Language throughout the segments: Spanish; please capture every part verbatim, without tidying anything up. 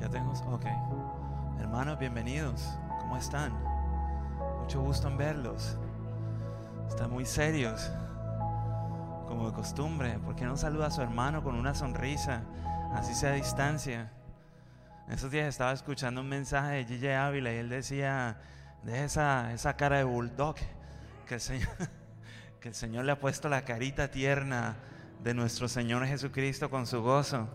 Ya tengo, ok. Hermanos, bienvenidos. ¿Cómo están? Mucho gusto en verlos. Están muy serios, como de costumbre. ¿Por qué no saluda a su hermano con una sonrisa, así sea a distancia? En esos días estaba escuchando un mensaje de G J Ávila y él decía: deja esa, esa cara de bulldog, que el Señor, que el Señor le ha puesto la carita tierna de nuestro Señor Jesucristo con su gozo.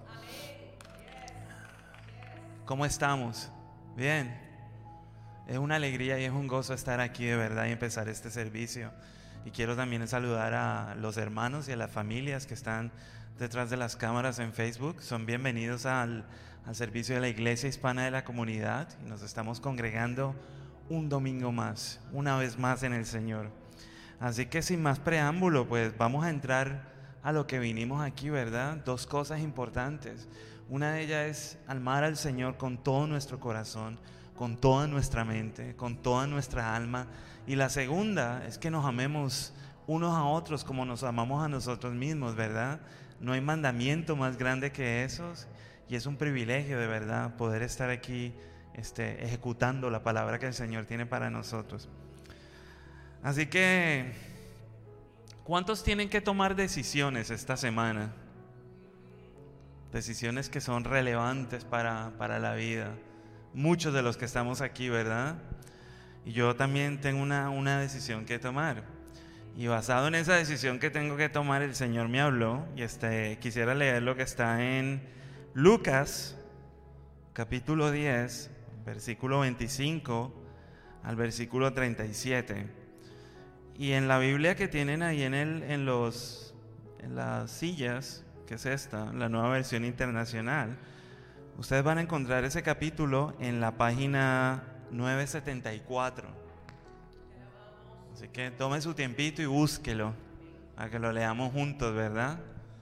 ¿Cómo estamos? Bien. Es una alegría y es un gozo estar aquí de verdad y empezar este servicio. Y quiero también saludar a los hermanos y a las familias que están detrás de las cámaras en Facebook. Son bienvenidos al, al servicio de la Iglesia Hispana de la Comunidad. Y nos estamos congregando un domingo más, una vez más en el Señor. Así que sin más preámbulo, pues vamos a entrar a lo que vinimos aquí, ¿verdad? Dos cosas importantes. Una de ellas es amar al Señor con todo nuestro corazón, con toda nuestra mente, con toda nuestra alma. Y la segunda es que nos amemos unos a otros como nos amamos a nosotros mismos, ¿verdad? No hay mandamiento más grande que esos, y es un privilegio de verdad poder estar aquí este, ejecutando la palabra que el Señor tiene para nosotros. Así que, ¿cuántos tienen que tomar decisiones esta semana? Decisiones que son relevantes para, para la vida. Muchos de los que estamos aquí, ¿verdad? Y yo también tengo una, una decisión que tomar. Y basado en esa decisión que tengo que tomar, el Señor me habló. Y este, quisiera leer lo que está en Lucas, capítulo diez, versículo veinticinco al versículo treinta y siete. Y en la Biblia que tienen ahí en, el, en, los, en las sillas, que es esta, la Nueva Versión Internacional, ustedes van a encontrar ese capítulo en la página novecientos setenta y cuatro. Así que tome su tiempito y búsquelo, a que lo leamos juntos, ¿verdad?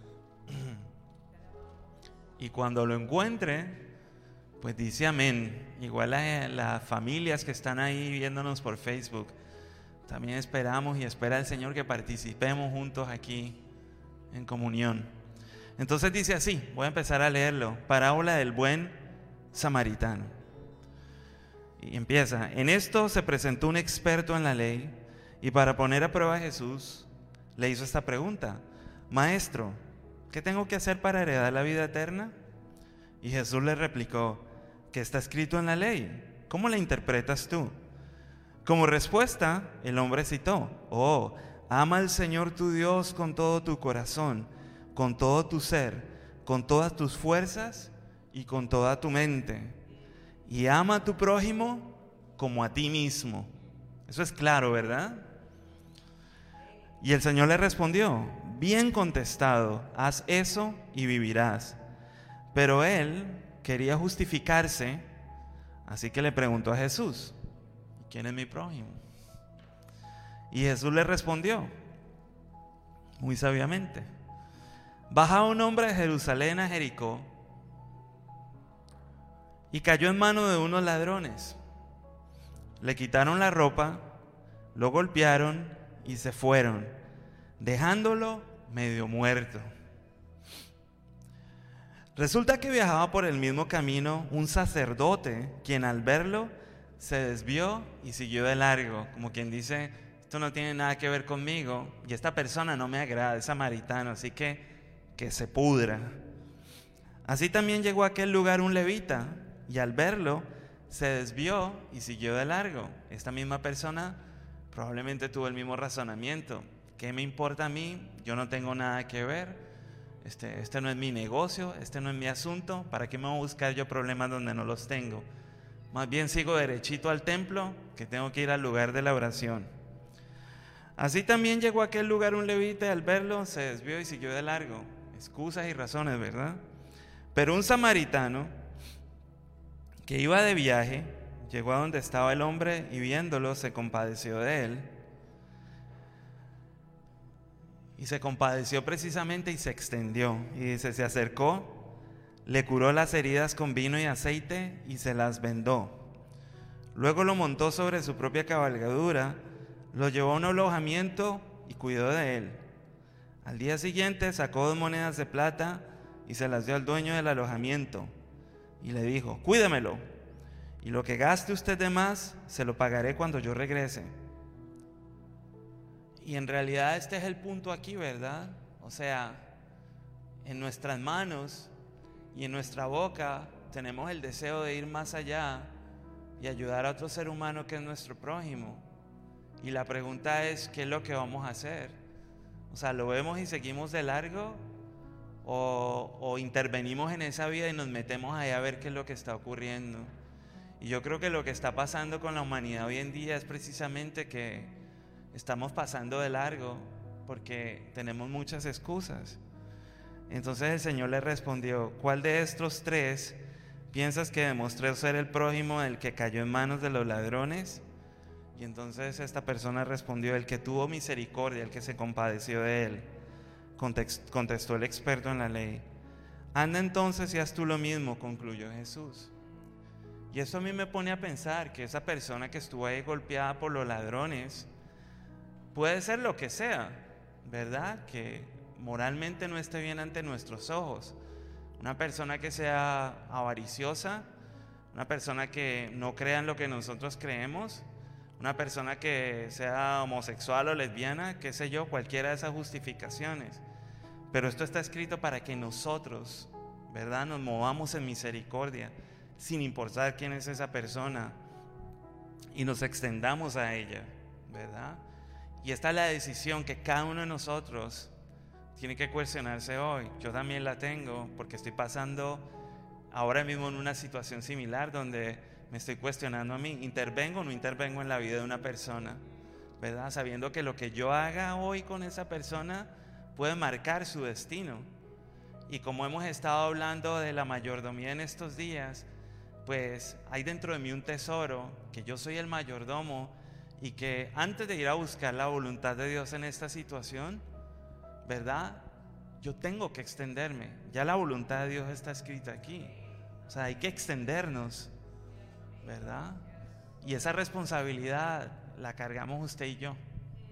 Y cuando lo encuentre, pues dice amén. Igual las, las familias que están ahí viéndonos por Facebook, también esperamos y espera el Señor que participemos juntos aquí en comunión. Entonces dice así, voy a empezar a leerlo: parábola del buen samaritano. Y empieza: en esto se presentó un experto en la ley, y para poner a prueba a Jesús, le hizo esta pregunta: Maestro, ¿qué tengo que hacer para heredar la vida eterna? Y Jesús le replicó: ¿qué está escrito en la ley? ¿Cómo la interpretas tú? Como respuesta, el hombre citó: oh, ama al Señor tu Dios con todo tu corazón, con todo tu ser, con todas tus fuerzas y con toda tu mente. Y ama a tu prójimo como a ti mismo. Eso es claro, ¿verdad? Y el Señor le respondió: bien contestado, haz eso y vivirás. Pero él quería justificarse, así que le preguntó a Jesús: ¿quién es mi prójimo? Y Jesús le respondió muy sabiamente: bajaba un hombre de Jerusalén a Jericó y cayó en manos de unos ladrones. Le quitaron la ropa, lo golpearon y se fueron, dejándolo medio muerto. Resulta que viajaba por el mismo camino un sacerdote, quien al verlo se desvió y siguió de largo, como quien dice: esto no tiene nada que ver conmigo y esta persona no me agrada, es samaritano, así que que se pudra. Así también llegó a aquel lugar un levita, y al verlo se desvió y siguió de largo. Esta misma persona probablemente tuvo el mismo razonamiento: ¿qué me importa a mí? Yo no tengo nada que ver, este, este no es mi negocio, este no es mi asunto, ¿para qué me voy a buscar yo problemas donde no los tengo? Más bien sigo derechito al templo, que tengo que ir al lugar de la oración. Así también llegó a aquel lugar un levita, y al verlo se desvió y siguió de largo. Excusas y razones, ¿verdad? Pero un samaritano que iba de viaje llegó a donde estaba el hombre y viéndolo se compadeció de él. Y se compadeció precisamente y se extendió. Y dice, se acercó, le curó las heridas con vino y aceite y se las vendó. Luego lo montó sobre su propia cabalgadura, lo llevó a un alojamiento y cuidó de él. Al día siguiente sacó dos monedas de plata y se las dio al dueño del alojamiento. y le dijo: cuídemelo, y lo que gaste usted de más se lo pagaré cuando yo regrese. Y en realidad este es el punto aquí, ¿verdad? O sea, en nuestras manos y en nuestra boca tenemos el deseo de ir más allá y ayudar a otro ser humano que es nuestro prójimo. Y la pregunta es, ¿qué es lo que vamos a hacer? O sea, ¿lo vemos y seguimos de largo? ¿O, o intervenimos en esa vida y nos metemos ahí a ver qué es lo que está ocurriendo? Y yo creo que lo que está pasando con la humanidad hoy en día es precisamente que estamos pasando de largo porque tenemos muchas excusas. Entonces el Señor le respondió: ¿cuál de estos tres piensas que demostró ser el prójimo del que cayó en manos de los ladrones? Y entonces esta persona respondió: el que tuvo misericordia, el que se compadeció de él. Contestó el experto en la ley. Anda entonces y haz tú lo mismo, concluyó Jesús. Y eso a mí me pone a pensar que esa persona que estuvo ahí golpeada por los ladrones puede ser lo que sea, ¿verdad? Que moralmente no esté bien ante nuestros ojos. Una persona que sea avariciosa, una persona que no crea en lo que nosotros creemos, una persona que sea homosexual o lesbiana, qué sé yo, cualquiera de esas justificaciones. Pero esto está escrito para que nosotros, ¿verdad?, nos movamos en misericordia, sin importar quién es esa persona, y nos extendamos a ella, ¿verdad? Y esta es la decisión que cada uno de nosotros tiene que cuestionarse hoy. Yo también la tengo, porque estoy pasando ahora mismo en una situación similar donde me estoy cuestionando a mí: ¿intervengo o no intervengo en la vida de una persona? ¿Verdad? Sabiendo que lo que yo haga hoy con esa persona puede marcar su destino. Y como hemos estado hablando de la mayordomía en estos días, pues hay dentro de mí un tesoro, que yo soy el mayordomo, y que antes de ir a buscar la voluntad de Dios en esta situación, ¿verdad?, yo tengo que extenderme. Ya la voluntad de Dios está escrita aquí. O sea, hay que extendernos, ¿verdad? Y esa responsabilidad la cargamos usted y yo,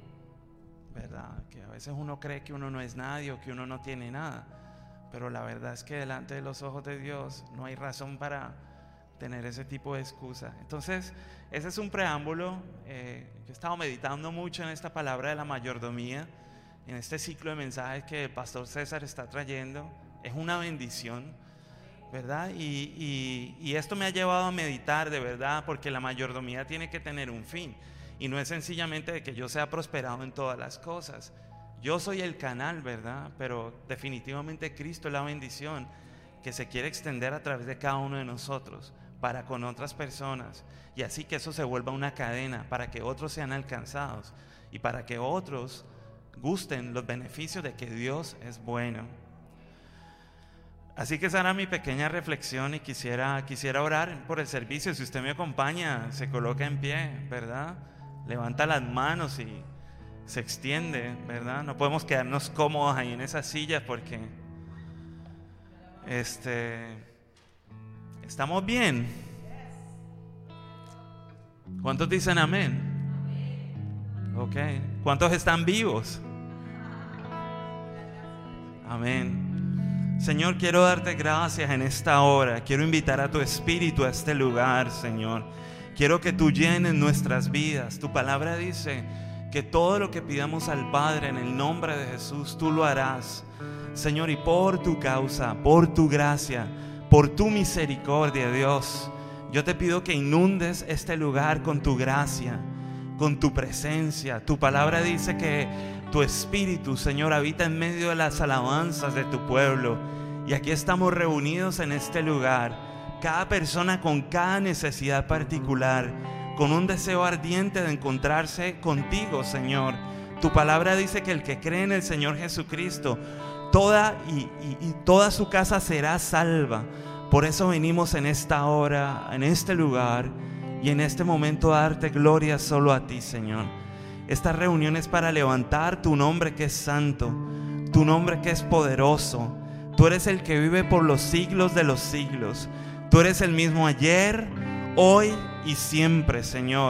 ¿verdad? Que a veces uno cree que uno no es nadie o que uno no tiene nada, pero la verdad es que delante de los ojos de Dios no hay razón para tener ese tipo de excusa. Entonces, ese es un preámbulo. eh, yo he estado meditando mucho en esta palabra de la mayordomía, en este ciclo de mensajes que el pastor César está trayendo. Es una bendición, ¿verdad? Y, y, y esto me ha llevado a meditar de verdad, porque la mayordomía tiene que tener un fin, y no es sencillamente de que yo sea prosperado en todas las cosas. Yo soy el canal, ¿verdad? Pero definitivamente Cristo es la bendición que se quiere extender a través de cada uno de nosotros para con otras personas, y así que eso se vuelva una cadena para que otros sean alcanzados y para que otros gusten los beneficios de que Dios es bueno. Así que esa era mi pequeña reflexión, y quisiera, quisiera orar por el servicio. Si usted me acompaña, se coloca en pie, ¿verdad? Levanta las manos y se extiende, ¿verdad? No podemos quedarnos cómodos ahí en esas sillas porque este, ¿estamos bien? ¿Cuántos dicen amén? Ok. ¿Cuántos están vivos? Amén. Señor, quiero darte gracias en esta hora. Quiero invitar a tu Espíritu a este lugar, Señor. Quiero que tú llenes nuestras vidas. Tu palabra dice que todo lo que pidamos al Padre en el nombre de Jesús, tú lo harás, Señor. Y por tu causa, por tu gracia, por tu misericordia, Dios, yo te pido que inundes este lugar con tu gracia, con tu presencia. Tu palabra dice que tu Espíritu, Señor, habita en medio de las alabanzas de tu pueblo. Y aquí estamos reunidos en este lugar, cada persona con cada necesidad particular, con un deseo ardiente de encontrarse contigo, Señor. Tu palabra dice que el que cree en el Señor Jesucristo, toda y, y, y toda su casa será salva. Por eso venimos en esta hora, en este lugar y en este momento a darte gloria solo a ti, Señor. Esta reunión es para levantar tu nombre que es santo, tu nombre que es poderoso. Tú eres el que vive por los siglos de los siglos. Tú eres el mismo ayer, hoy y siempre, Señor.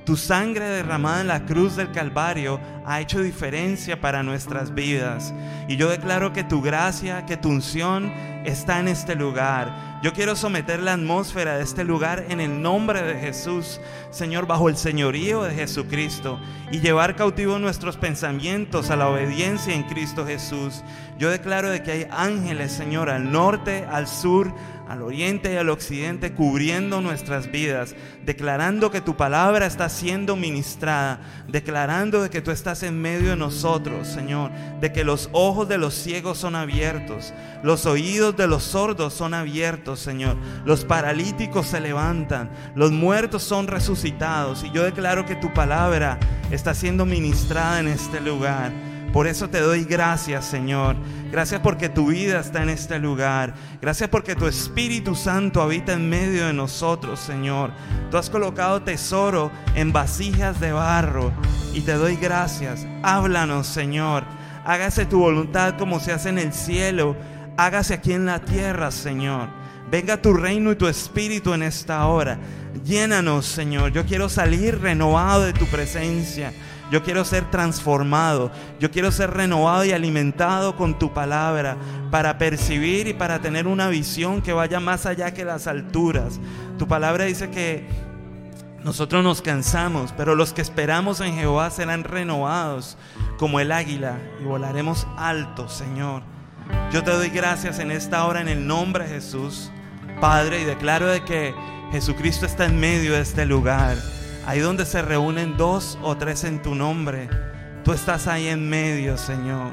Tu sangre derramada en la cruz del Calvario ha hecho diferencia para nuestras vidas. Y yo declaro que tu gracia, que tu unción está en este lugar. Yo quiero someter la atmósfera de este lugar en el nombre de Jesús, Señor, bajo el señorío de Jesucristo, y llevar cautivos nuestros pensamientos a la obediencia en Cristo Jesús. Yo declaro de que hay ángeles, Señor, al norte, al sur, al oriente y al occidente, cubriendo nuestras vidas, declarando que tu palabra está siendo ministrada, declarando de que tú estás en medio de nosotros, Señor, de que los ojos de los ciegos son abiertos, los oídos de los sordos son abiertos, Señor, los paralíticos se levantan, los muertos son resucitados, y yo declaro que tu palabra está siendo ministrada en este lugar. Por eso te doy gracias, Señor. Gracias porque tu vida está en este lugar. Gracias porque tu Espíritu Santo habita en medio de nosotros, Señor. Tú has colocado tesoro en vasijas de barro y te doy gracias. Háblanos, Señor. Hágase tu voluntad como se hace en el cielo. Hágase aquí en la tierra, Señor. Venga tu reino y tu Espíritu en esta hora. Llénanos, Señor. Yo quiero salir renovado de tu presencia. Yo quiero ser transformado, yo quiero ser renovado y alimentado con tu palabra para percibir y para tener una visión que vaya más allá que las alturas. Tu palabra dice que nosotros nos cansamos, pero los que esperamos en Jehová serán renovados como el águila y volaremos alto, Señor. Yo te doy gracias en esta hora en el nombre de Jesús, Padre, y declaro de que Jesucristo está en medio de este lugar. Ahí donde se reúnen dos o tres en tu nombre, tú estás ahí en medio, Señor.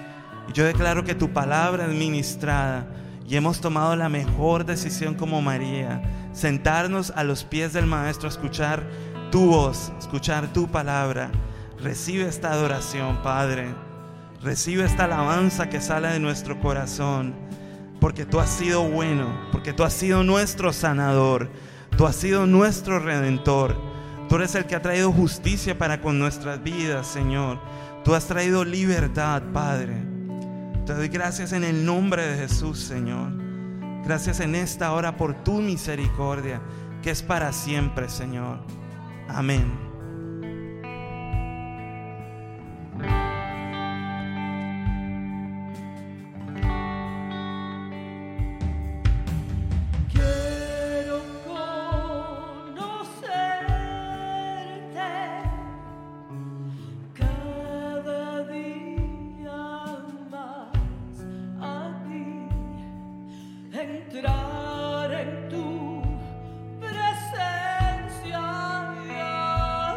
Y yo declaro que tu palabra es ministrada y hemos tomado la mejor decisión como María, sentarnos a los pies del Maestro, escuchar tu voz, escuchar tu palabra. Recibe esta adoración, Padre. Recibe esta alabanza que sale de nuestro corazón, porque tú has sido bueno, porque tú has sido nuestro sanador, tú has sido nuestro redentor. Tú eres el que ha traído justicia para con nuestras vidas, Señor. Tú has traído libertad, Padre. Te doy gracias en el nombre de Jesús, Señor. Gracias en esta hora por tu misericordia, que es para siempre, Señor. Amén. Entrar en tu presencia y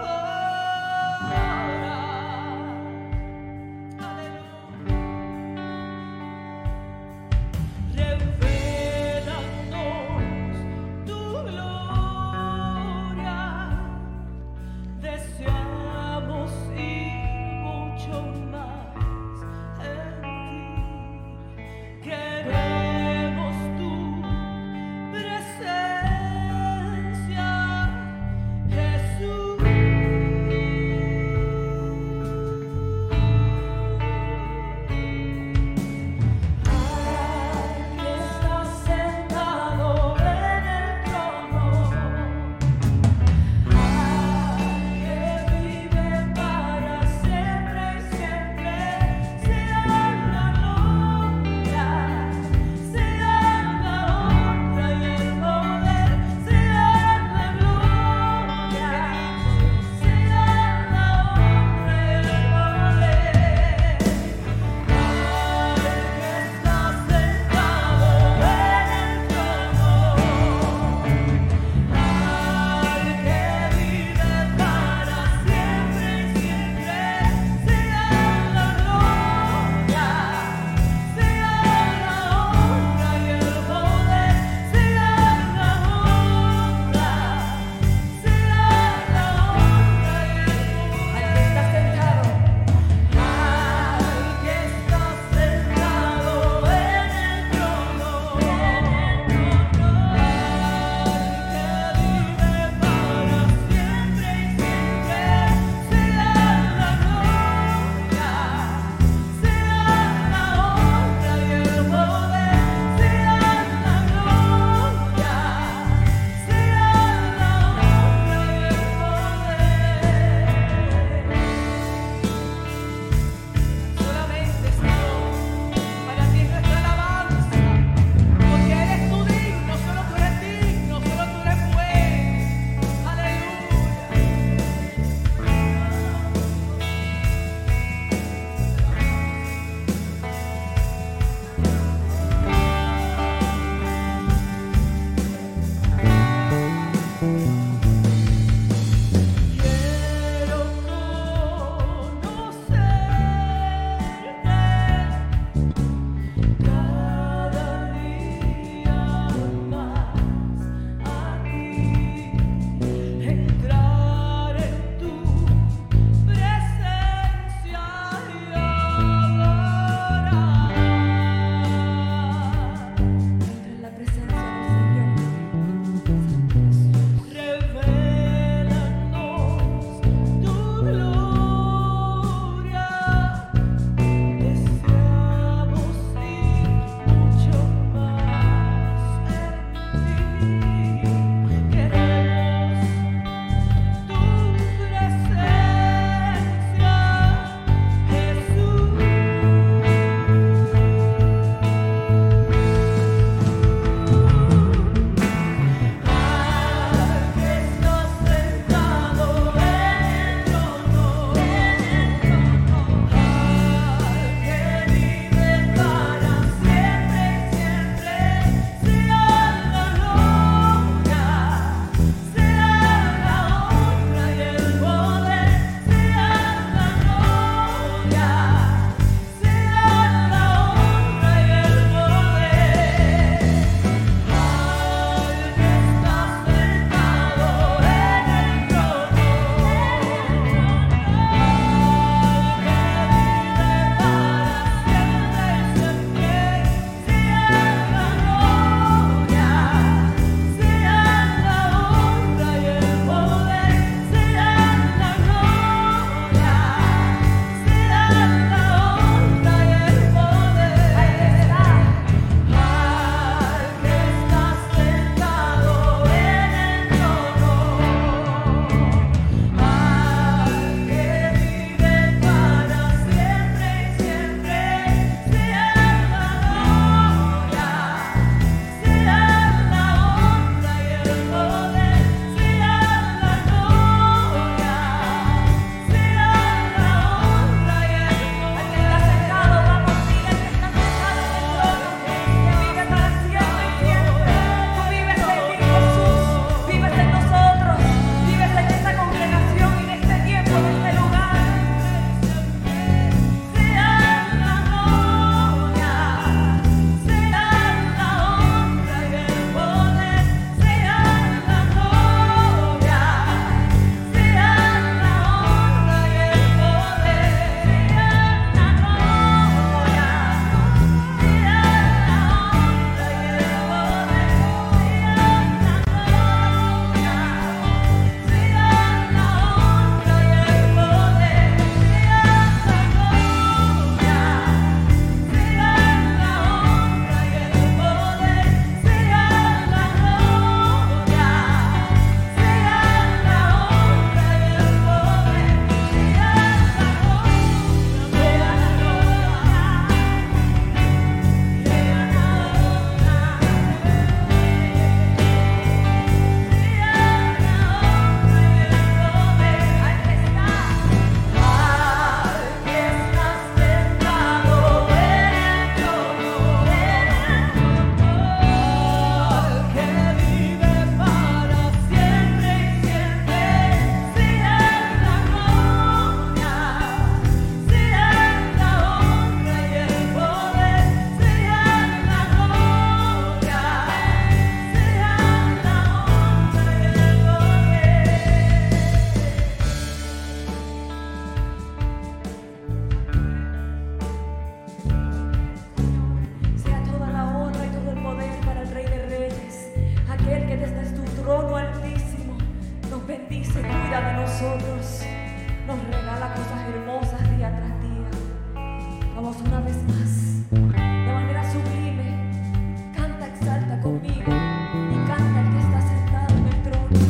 bendice, cuida de nosotros, nos regala cosas hermosas día tras día. Vamos una vez más, de manera sublime, canta, exalta conmigo y canta el que está sentado en el trono.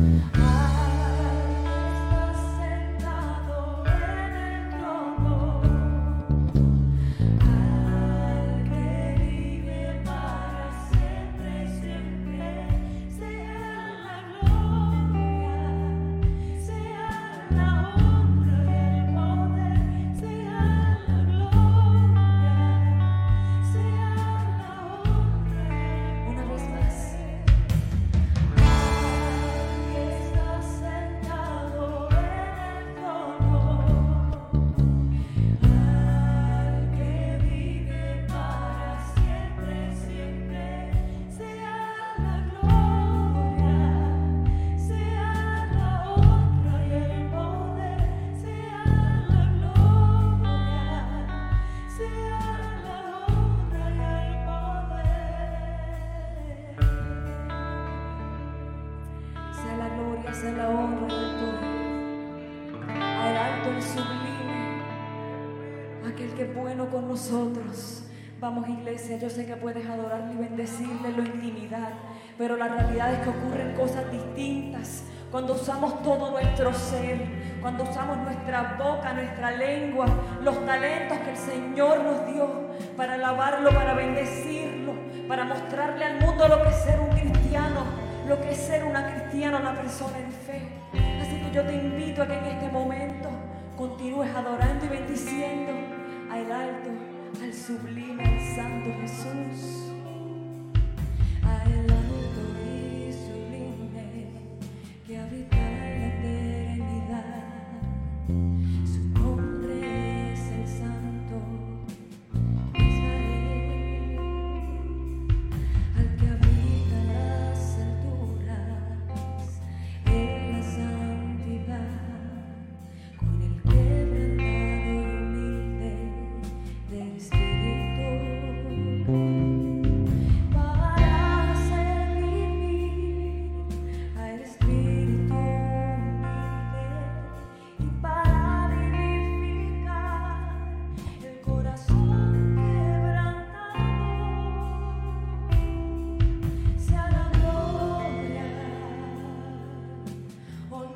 Sea la honra y el poder al alto, el sublime, aquel que es bueno con nosotros. Vamos, iglesia, yo sé que puedes adorarle y bendecirle en la intimidad, pero la realidad es que ocurren cosas distintas cuando usamos todo nuestro ser, cuando usamos nuestra boca, nuestra lengua, los talentos que el Señor nos dio para alabarlo, para bendecirlo, para mostrarle al mundo lo que es ser un cristiano, lo que es ser una cristiana, una persona en fe. Así que yo te invito a que en este momento continúes adorando y bendiciendo al alto, al sublime, al santo Jesús. Al alto y sublime que habita en la eternidad. Su nombre es el Santo Israel, al que habita en las alturas, en la santidad, con el quebrantado y humilde del espíritu, para hacer vivir al espíritu humilde y para vivificar el corazón quebrantado. Sea la gloria, honor,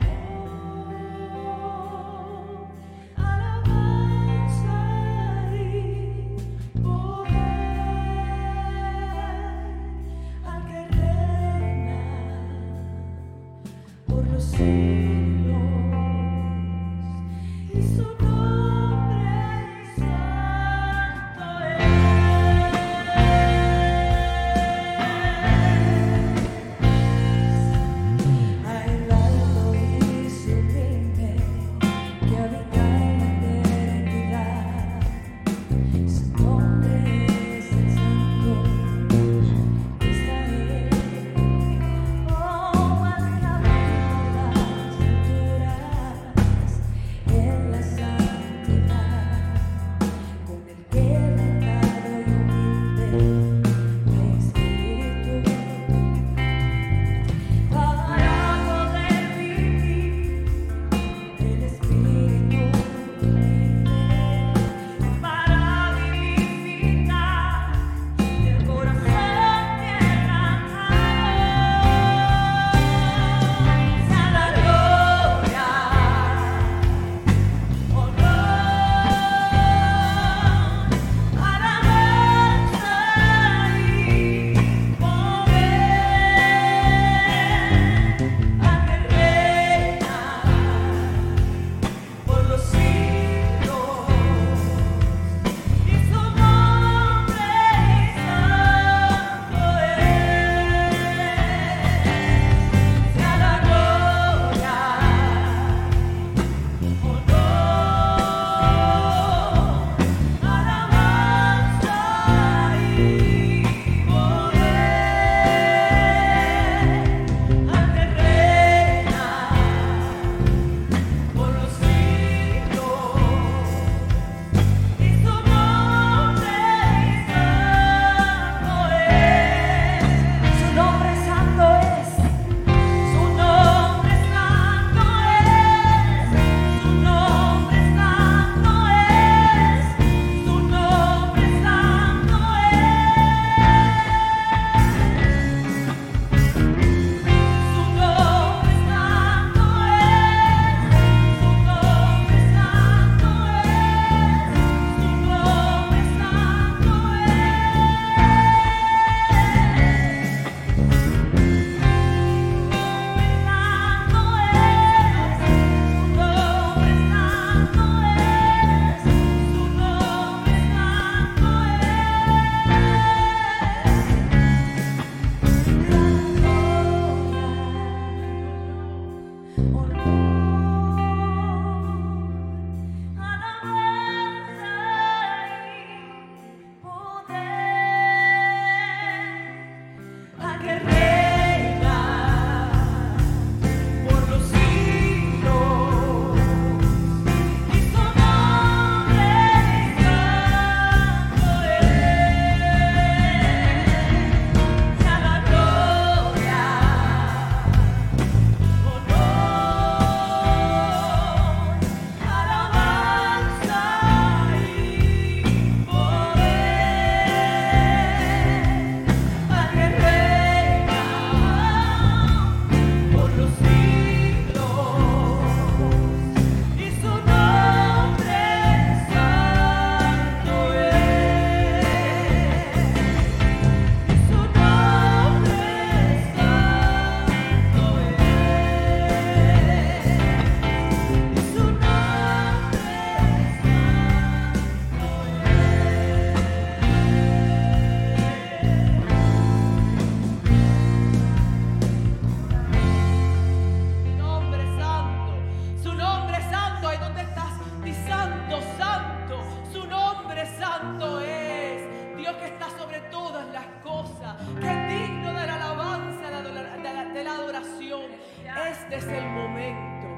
alabanza y poder al que reina por los siglos, y su nombre santo es. Al alto y sublime que habita en la eternidad, su nombre es el Santo Israel. Oh, al que habita en las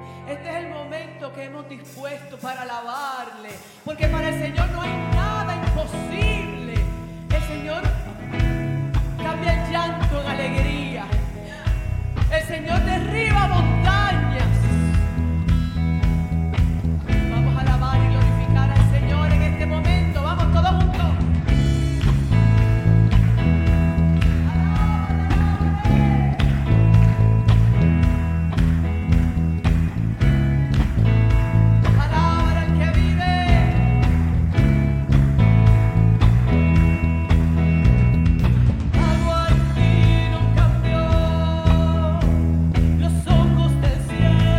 Este es el momento que hemos dispuesto para alabarle, porque para el Señor no hay nada imposible. El Señor cambia el llanto en alegría. El Señor derriba montañas. Vamos a alabar y glorificar al Señor en este momento. Vamos todos juntos. Los ojos del cielo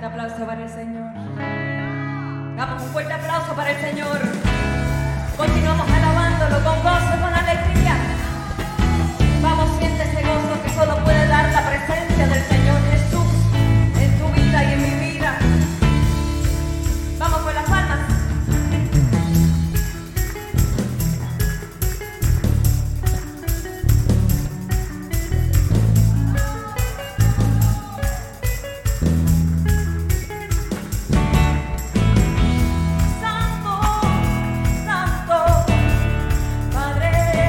fuerte aplauso para el Señor. Damos un fuerte aplauso para el Señor. Continuamos alabándolo con gozo, con alegría. Vamos, siente ese gozo que solo puede dar la presencia del Señor Jesús en tu vida y en mi vida. Vamos con las palmas. Padre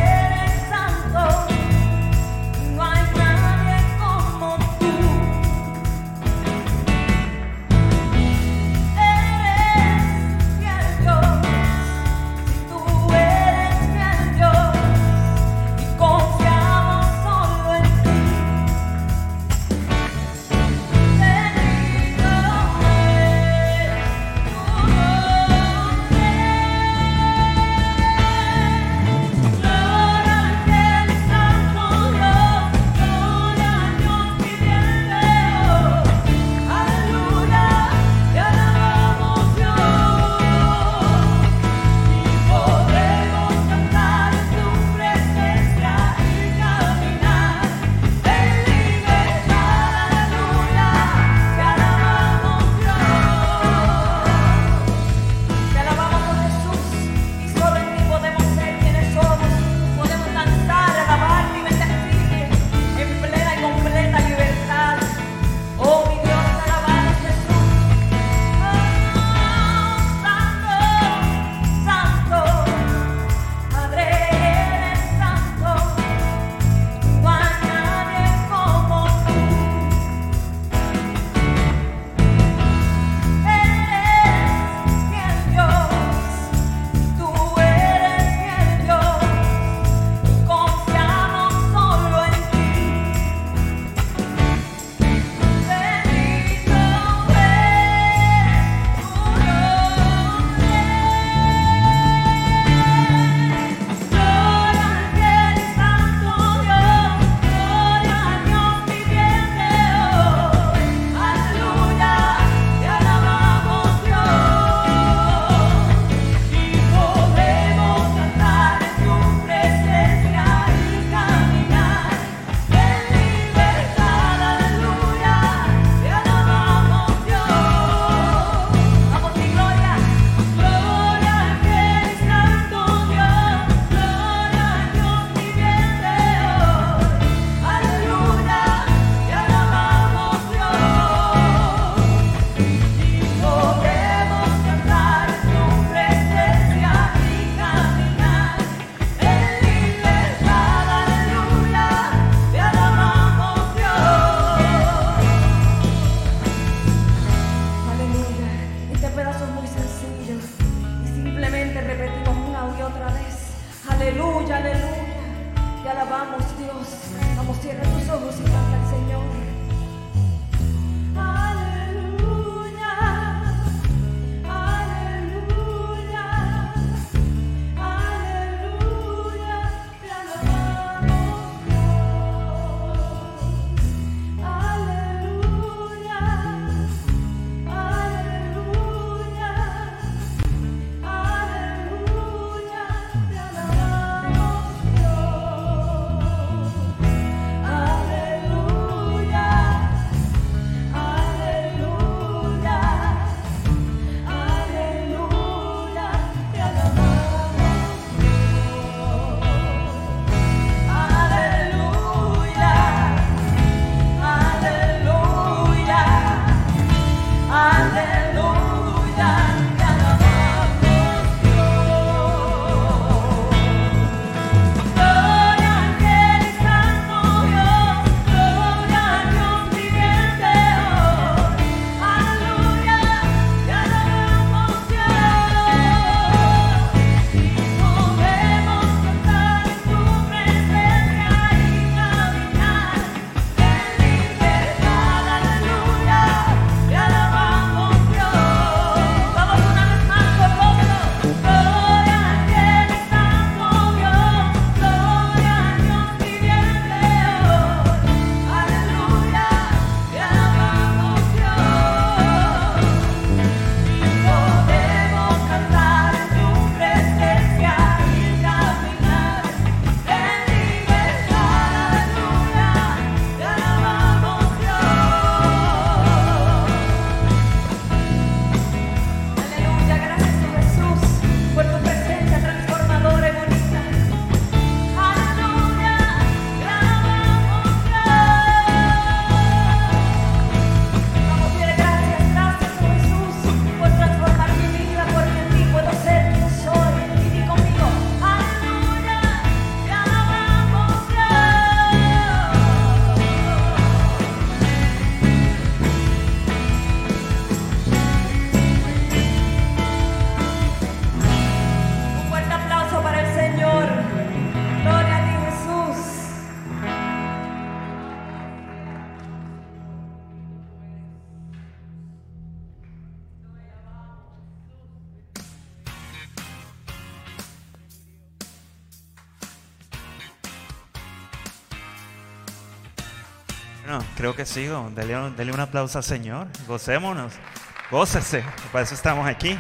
Bueno, creo que sigo. Dele, dele un aplauso al Señor. Gocémonos. Gócese. Para eso estamos aquí.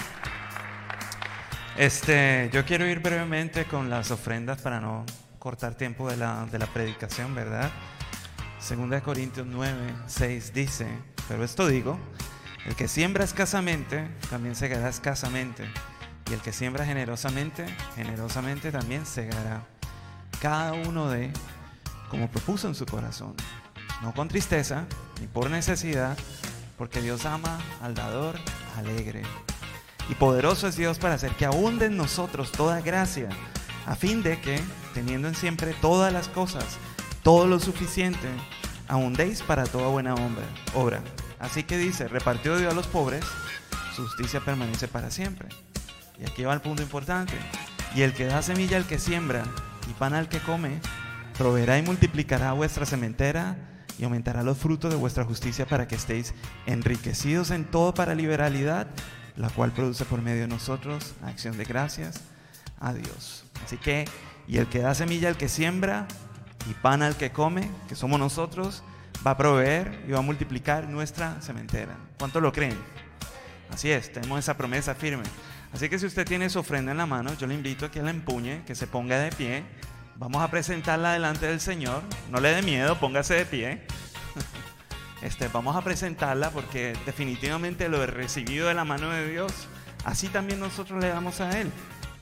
Este, yo quiero ir brevemente con las ofrendas para no cortar tiempo de la, de la predicación, ¿verdad? Segunda de Corintios nueve, seis dice: pero esto digo, el que siembra escasamente, también segará escasamente. Y el que siembra generosamente, generosamente también segará. Cada uno de como propuso en su corazón, no con tristeza ni por necesidad, porque Dios ama al dador alegre. Y poderoso es Dios para hacer que abunde en nosotros toda gracia, a fin de que, teniendo en siempre todas las cosas, todo lo suficiente, abundéis para toda buena obra. Así que dice: repartió Dios a los pobres, su justicia permanece para siempre. Y aquí va el punto importante: y el que da semilla al que siembra y pan al que come, proveerá y multiplicará vuestra sementera y aumentará los frutos de vuestra justicia, para que estéis enriquecidos en todo para liberalidad, la cual produce por medio de nosotros acción de gracias a Dios. Así que, y el que da semilla al que siembra y pan al que come, que somos nosotros, va a proveer y va a multiplicar nuestra sementera. ¿Cuánto lo creen? Así es, tenemos esa promesa firme. Así que si usted tiene su ofrenda en la mano, yo le invito a que la empuñe, que se ponga de pie. Vamos a presentarla delante del Señor. No le dé miedo, póngase de pie. Este, vamos a presentarla porque definitivamente lo he recibido de la mano de Dios. Así también nosotros le damos a Él.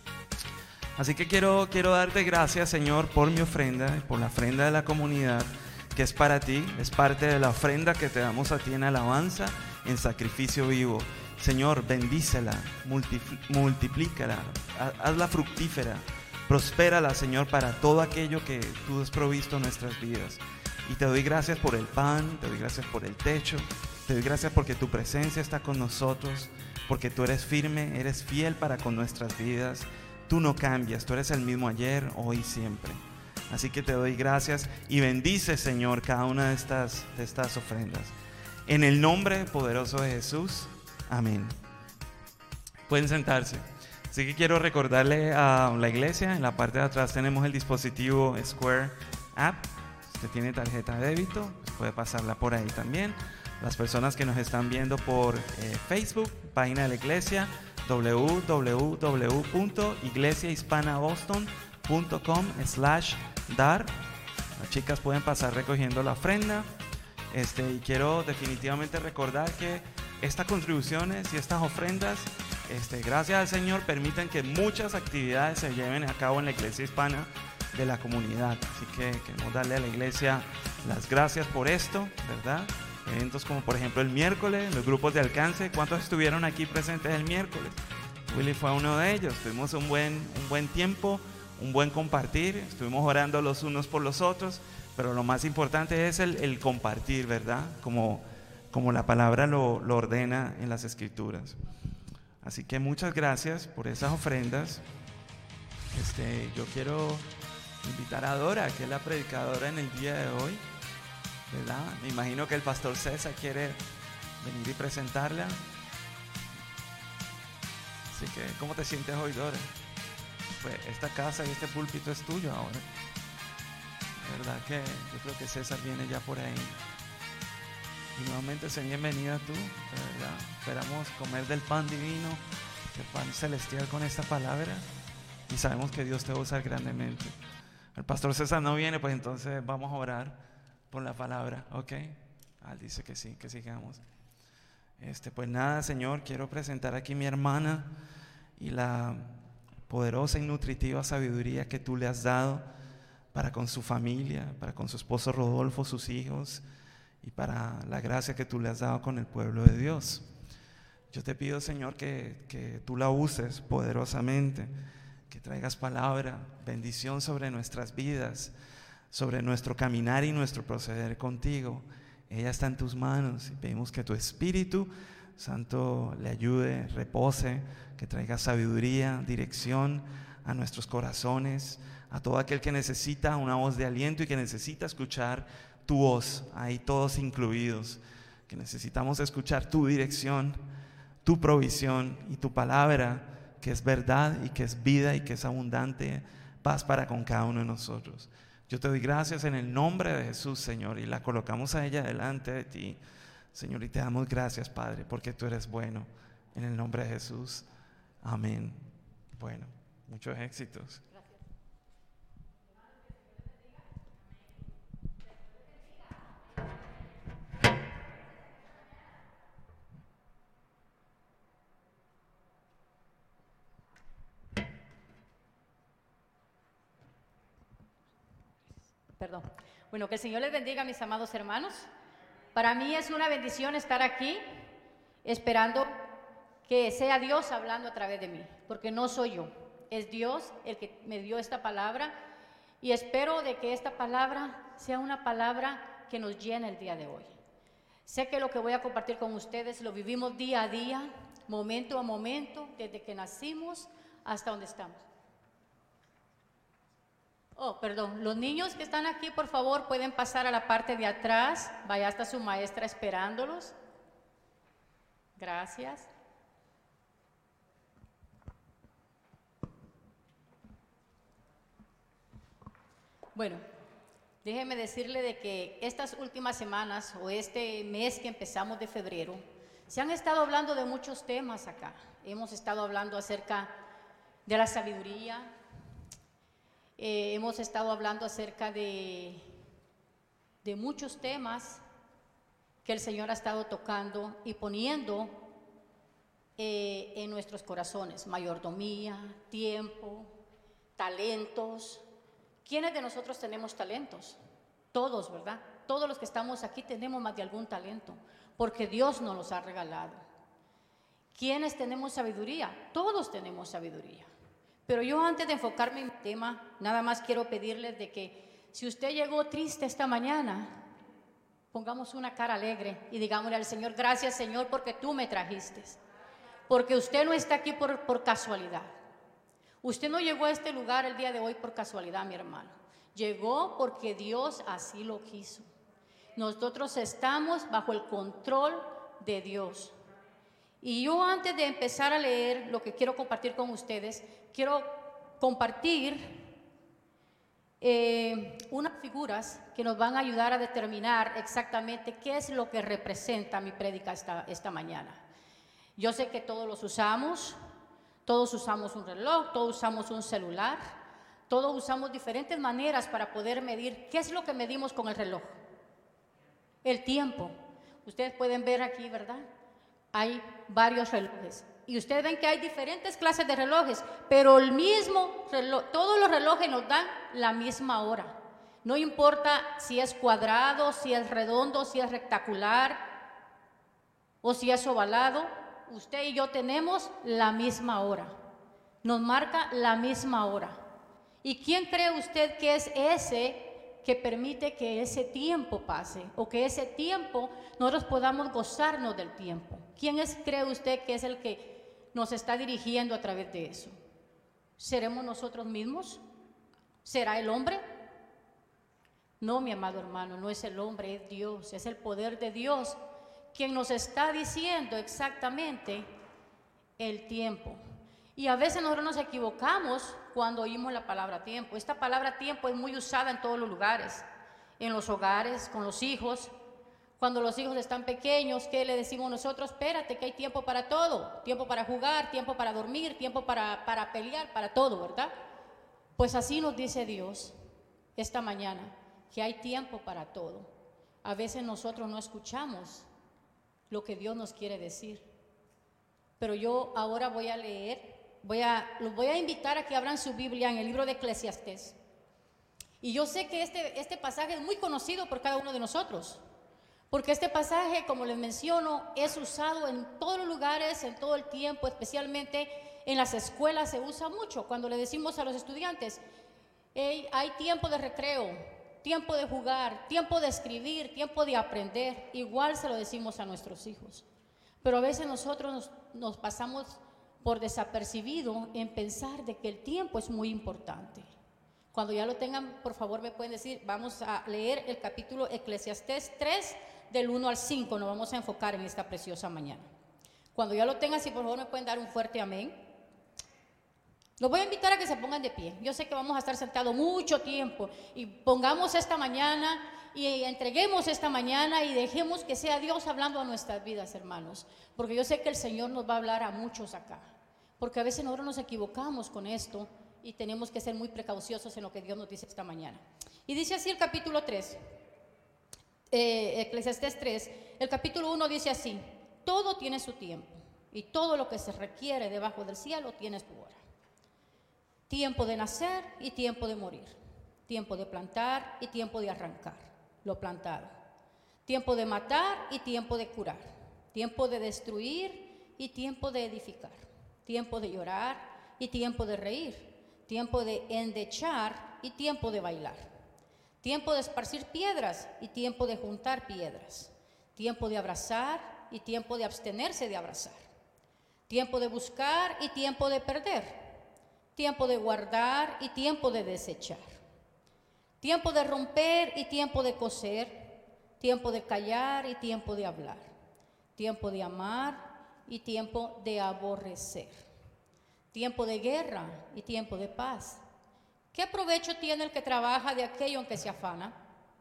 Así que quiero, quiero darte gracias, Señor, por mi ofrenda, por la ofrenda de la comunidad, que es para ti, es parte de la ofrenda que te damos a ti en alabanza, en sacrificio vivo. Señor, bendícela, multiplícala, hazla fructífera, prospérala, Señor, para todo aquello que tú has provisto en nuestras vidas. Y te doy gracias por el pan, te doy gracias por el techo, te doy gracias porque tu presencia está con nosotros, porque tú eres firme, eres fiel para con nuestras vidas. Tú no cambias, tú eres el mismo ayer, hoy y siempre. Así que te doy gracias y bendice, Señor, cada una de estas, de estas ofrendas. En el nombre poderoso de Jesús, amén. Pueden sentarse. Así que quiero recordarle a la iglesia, en la parte de atrás tenemos el dispositivo Square App. Si usted tiene tarjeta de débito, pues puede pasarla por ahí también. Las personas que nos están viendo por eh, Facebook, página de la iglesia, w w w punto iglesia hispana boston punto com slash dar. Las chicas pueden pasar recogiendo la ofrenda. Este, y quiero definitivamente recordar que estas contribuciones y estas ofrendas, este, gracias al Señor, permiten que muchas actividades se lleven a cabo en la iglesia hispana de la comunidad. Así que queremos darle a la iglesia las gracias por esto, ¿verdad? Eventos como por ejemplo el miércoles, los grupos de alcance. ¿Cuántos estuvieron aquí presentes el miércoles? Willy fue uno de ellos. Tuvimos un buen, un buen tiempo, un buen compartir. Estuvimos orando los unos por los otros, pero lo más importante es el, el compartir, ¿verdad? Como, como la palabra lo, lo ordena en las Escrituras. Así que muchas gracias por esas ofrendas. Este, yo quiero invitar a Dora, que es la predicadora en el día de hoy, ¿verdad? Me imagino que el pastor César quiere venir y presentarla. Así que, ¿cómo te sientes hoy, Dora? Pues esta casa y este púlpito es tuyo ahora. ¿Verdad que yo creo que César viene ya por ahí? Y nuevamente, señor, bienvenida tú, ¿verdad? Esperamos comer del pan divino, del pan celestial con esta palabra, y sabemos que Dios te va a usar grandemente. El pastor César no viene, pues entonces vamos a orar por la palabra, ¿ok? Ah, dice que sí, que sigamos. Este, pues nada, Señor, quiero presentar aquí a mi hermana y la poderosa y nutritiva sabiduría que tú le has dado para con su familia, para con su esposo Rodolfo, sus hijos, y para la gracia que tú le has dado con el pueblo de Dios. Yo te pido, Señor, que, que tú la uses poderosamente, que traigas palabra, bendición sobre nuestras vidas, sobre nuestro caminar y nuestro proceder contigo. Ella está en tus manos y pedimos que tu Espíritu Santo le ayude, repose, que traiga sabiduría, dirección a nuestros corazones, a todo aquel que necesita una voz de aliento y que necesita escuchar tu voz, ahí todos incluidos, que necesitamos escuchar tu dirección, tu provisión y tu palabra, que es verdad y que es vida y que es abundante, paz para con cada uno de nosotros. Yo te doy gracias en el nombre de Jesús, Señor, y la colocamos a ella delante de ti, Señor, y te damos gracias, Padre, porque tú eres bueno, en el nombre de Jesús. Amén. Bueno, muchos éxitos. Perdón. Bueno, que el Señor les bendiga, mis amados hermanos. Para mí es una bendición estar aquí esperando que sea Dios hablando a través de mí, porque no soy yo, es Dios el que me dio esta palabra, y espero de que esta palabra sea una palabra que nos llene el día de hoy. Sé que lo que voy a compartir con ustedes lo vivimos día a día, momento a momento, desde que nacimos hasta donde estamos. Oh, perdón, los niños que están aquí, por favor, pueden pasar a la parte de atrás. Vaya hasta su maestra esperándolos. Gracias. Bueno, déjeme decirle de que estas últimas semanas o este mes que empezamos de febrero, se han estado hablando de muchos temas acá. Hemos estado hablando acerca de la sabiduría. Eh, hemos estado hablando acerca de, de muchos temas que el Señor ha estado tocando y poniendo eh, en nuestros corazones. Mayordomía, tiempo, talentos. ¿Quiénes de nosotros tenemos talentos? Todos, ¿verdad? Todos los que estamos aquí tenemos más de algún talento, porque Dios nos los ha regalado. ¿Quiénes tenemos sabiduría? Todos tenemos sabiduría. Pero yo, antes de enfocarme en mi tema, nada más quiero pedirles de que si usted llegó triste esta mañana, pongamos una cara alegre y digámosle al Señor: gracias, Señor, porque tú me trajiste. Porque usted no está aquí por, por casualidad. Usted no llegó a este lugar el día de hoy por casualidad, mi hermano. Llegó porque Dios así lo quiso. Nosotros estamos bajo el control de Dios. Y yo, antes de empezar a leer lo que quiero compartir con ustedes, quiero compartir eh, unas figuras que nos van a ayudar a determinar exactamente qué es lo que representa mi prédica esta, esta mañana. Yo sé que todos los usamos, todos usamos un reloj, todos usamos un celular, todos usamos diferentes maneras para poder medir. ¿Qué es lo que medimos con el reloj? El tiempo. Ustedes pueden ver aquí, ¿verdad? Hay varios relojes. Y ustedes ven que hay diferentes clases de relojes, pero el mismo reloj, todos los relojes nos dan la misma hora. No importa si es cuadrado, si es redondo, si es rectangular o si es ovalado, usted y yo tenemos la misma hora. Nos marca la misma hora. ¿Y quién cree usted que es ese que permite que ese tiempo pase, o que ese tiempo nosotros podamos gozarnos del tiempo? ¿Quién es, cree usted, que es el que nos está dirigiendo a través de eso? ¿Seremos nosotros mismos? ¿Será el hombre? No, mi amado hermano, no es el hombre, es Dios, es el poder de Dios quien nos está diciendo exactamente el tiempo. Y a veces nosotros nos equivocamos cuando oímos la palabra tiempo. Esta palabra tiempo es muy usada en todos los lugares, en los hogares, con los hijos. Cuando los hijos están pequeños, ¿qué le decimos nosotros? Espérate, que hay tiempo para todo, tiempo para jugar, tiempo para dormir, tiempo para, para pelear, para todo, ¿verdad? Pues así nos dice Dios esta mañana, que hay tiempo para todo. A veces nosotros no escuchamos lo que Dios nos quiere decir. Pero yo ahora voy a leer, voy a, los voy a invitar a que abran su Biblia en el libro de Eclesiastés. Y yo sé que este, este pasaje es muy conocido por cada uno de nosotros, porque este pasaje, como les menciono, es usado en todos los lugares, en todo el tiempo, especialmente en las escuelas se usa mucho. Cuando le decimos a los estudiantes, hey, hay tiempo de recreo, tiempo de jugar, tiempo de escribir, tiempo de aprender, igual se lo decimos a nuestros hijos. Pero a veces nosotros nos, nos pasamos por desapercibido en pensar de que el tiempo es muy importante. Cuando ya lo tengan, por favor me pueden decir, vamos a leer el capítulo Eclesiastés tres, del uno al cinco, nos vamos a enfocar en esta preciosa mañana. Cuando ya lo tengan, si por favor me pueden dar un fuerte amén. Los voy a invitar a que se pongan de pie. Yo sé que vamos a estar sentados mucho tiempo y pongamos esta mañana y entreguemos esta mañana y dejemos que sea Dios hablando a nuestras vidas, hermanos. Porque yo sé que el Señor nos va a hablar a muchos acá. Porque a veces nosotros nos equivocamos con esto y tenemos que ser muy precauciosos en lo que Dios nos dice esta mañana. Y dice así el capítulo tres, eh, Eclesiastés tres, el capítulo uno dice así: todo tiene su tiempo y todo lo que se requiere debajo del cielo tiene su hora. Tiempo de nacer y tiempo de morir. Tiempo de plantar y tiempo de arrancar lo plantado. Tiempo de matar y tiempo de curar. Tiempo de destruir y tiempo de edificar. Tiempo de llorar y tiempo de reír. Tiempo de endechar y tiempo de bailar. Tiempo de esparcir piedras y tiempo de juntar piedras. Tiempo de abrazar y tiempo de abstenerse de abrazar. Tiempo de buscar y tiempo de perder. Tiempo de guardar y tiempo de desechar. Tiempo de romper y tiempo de coser. Tiempo de callar y tiempo de hablar. Tiempo de amar y tiempo de aborrecer. Tiempo de guerra y tiempo de paz. ¿Qué provecho tiene el que trabaja de aquello en que se afana?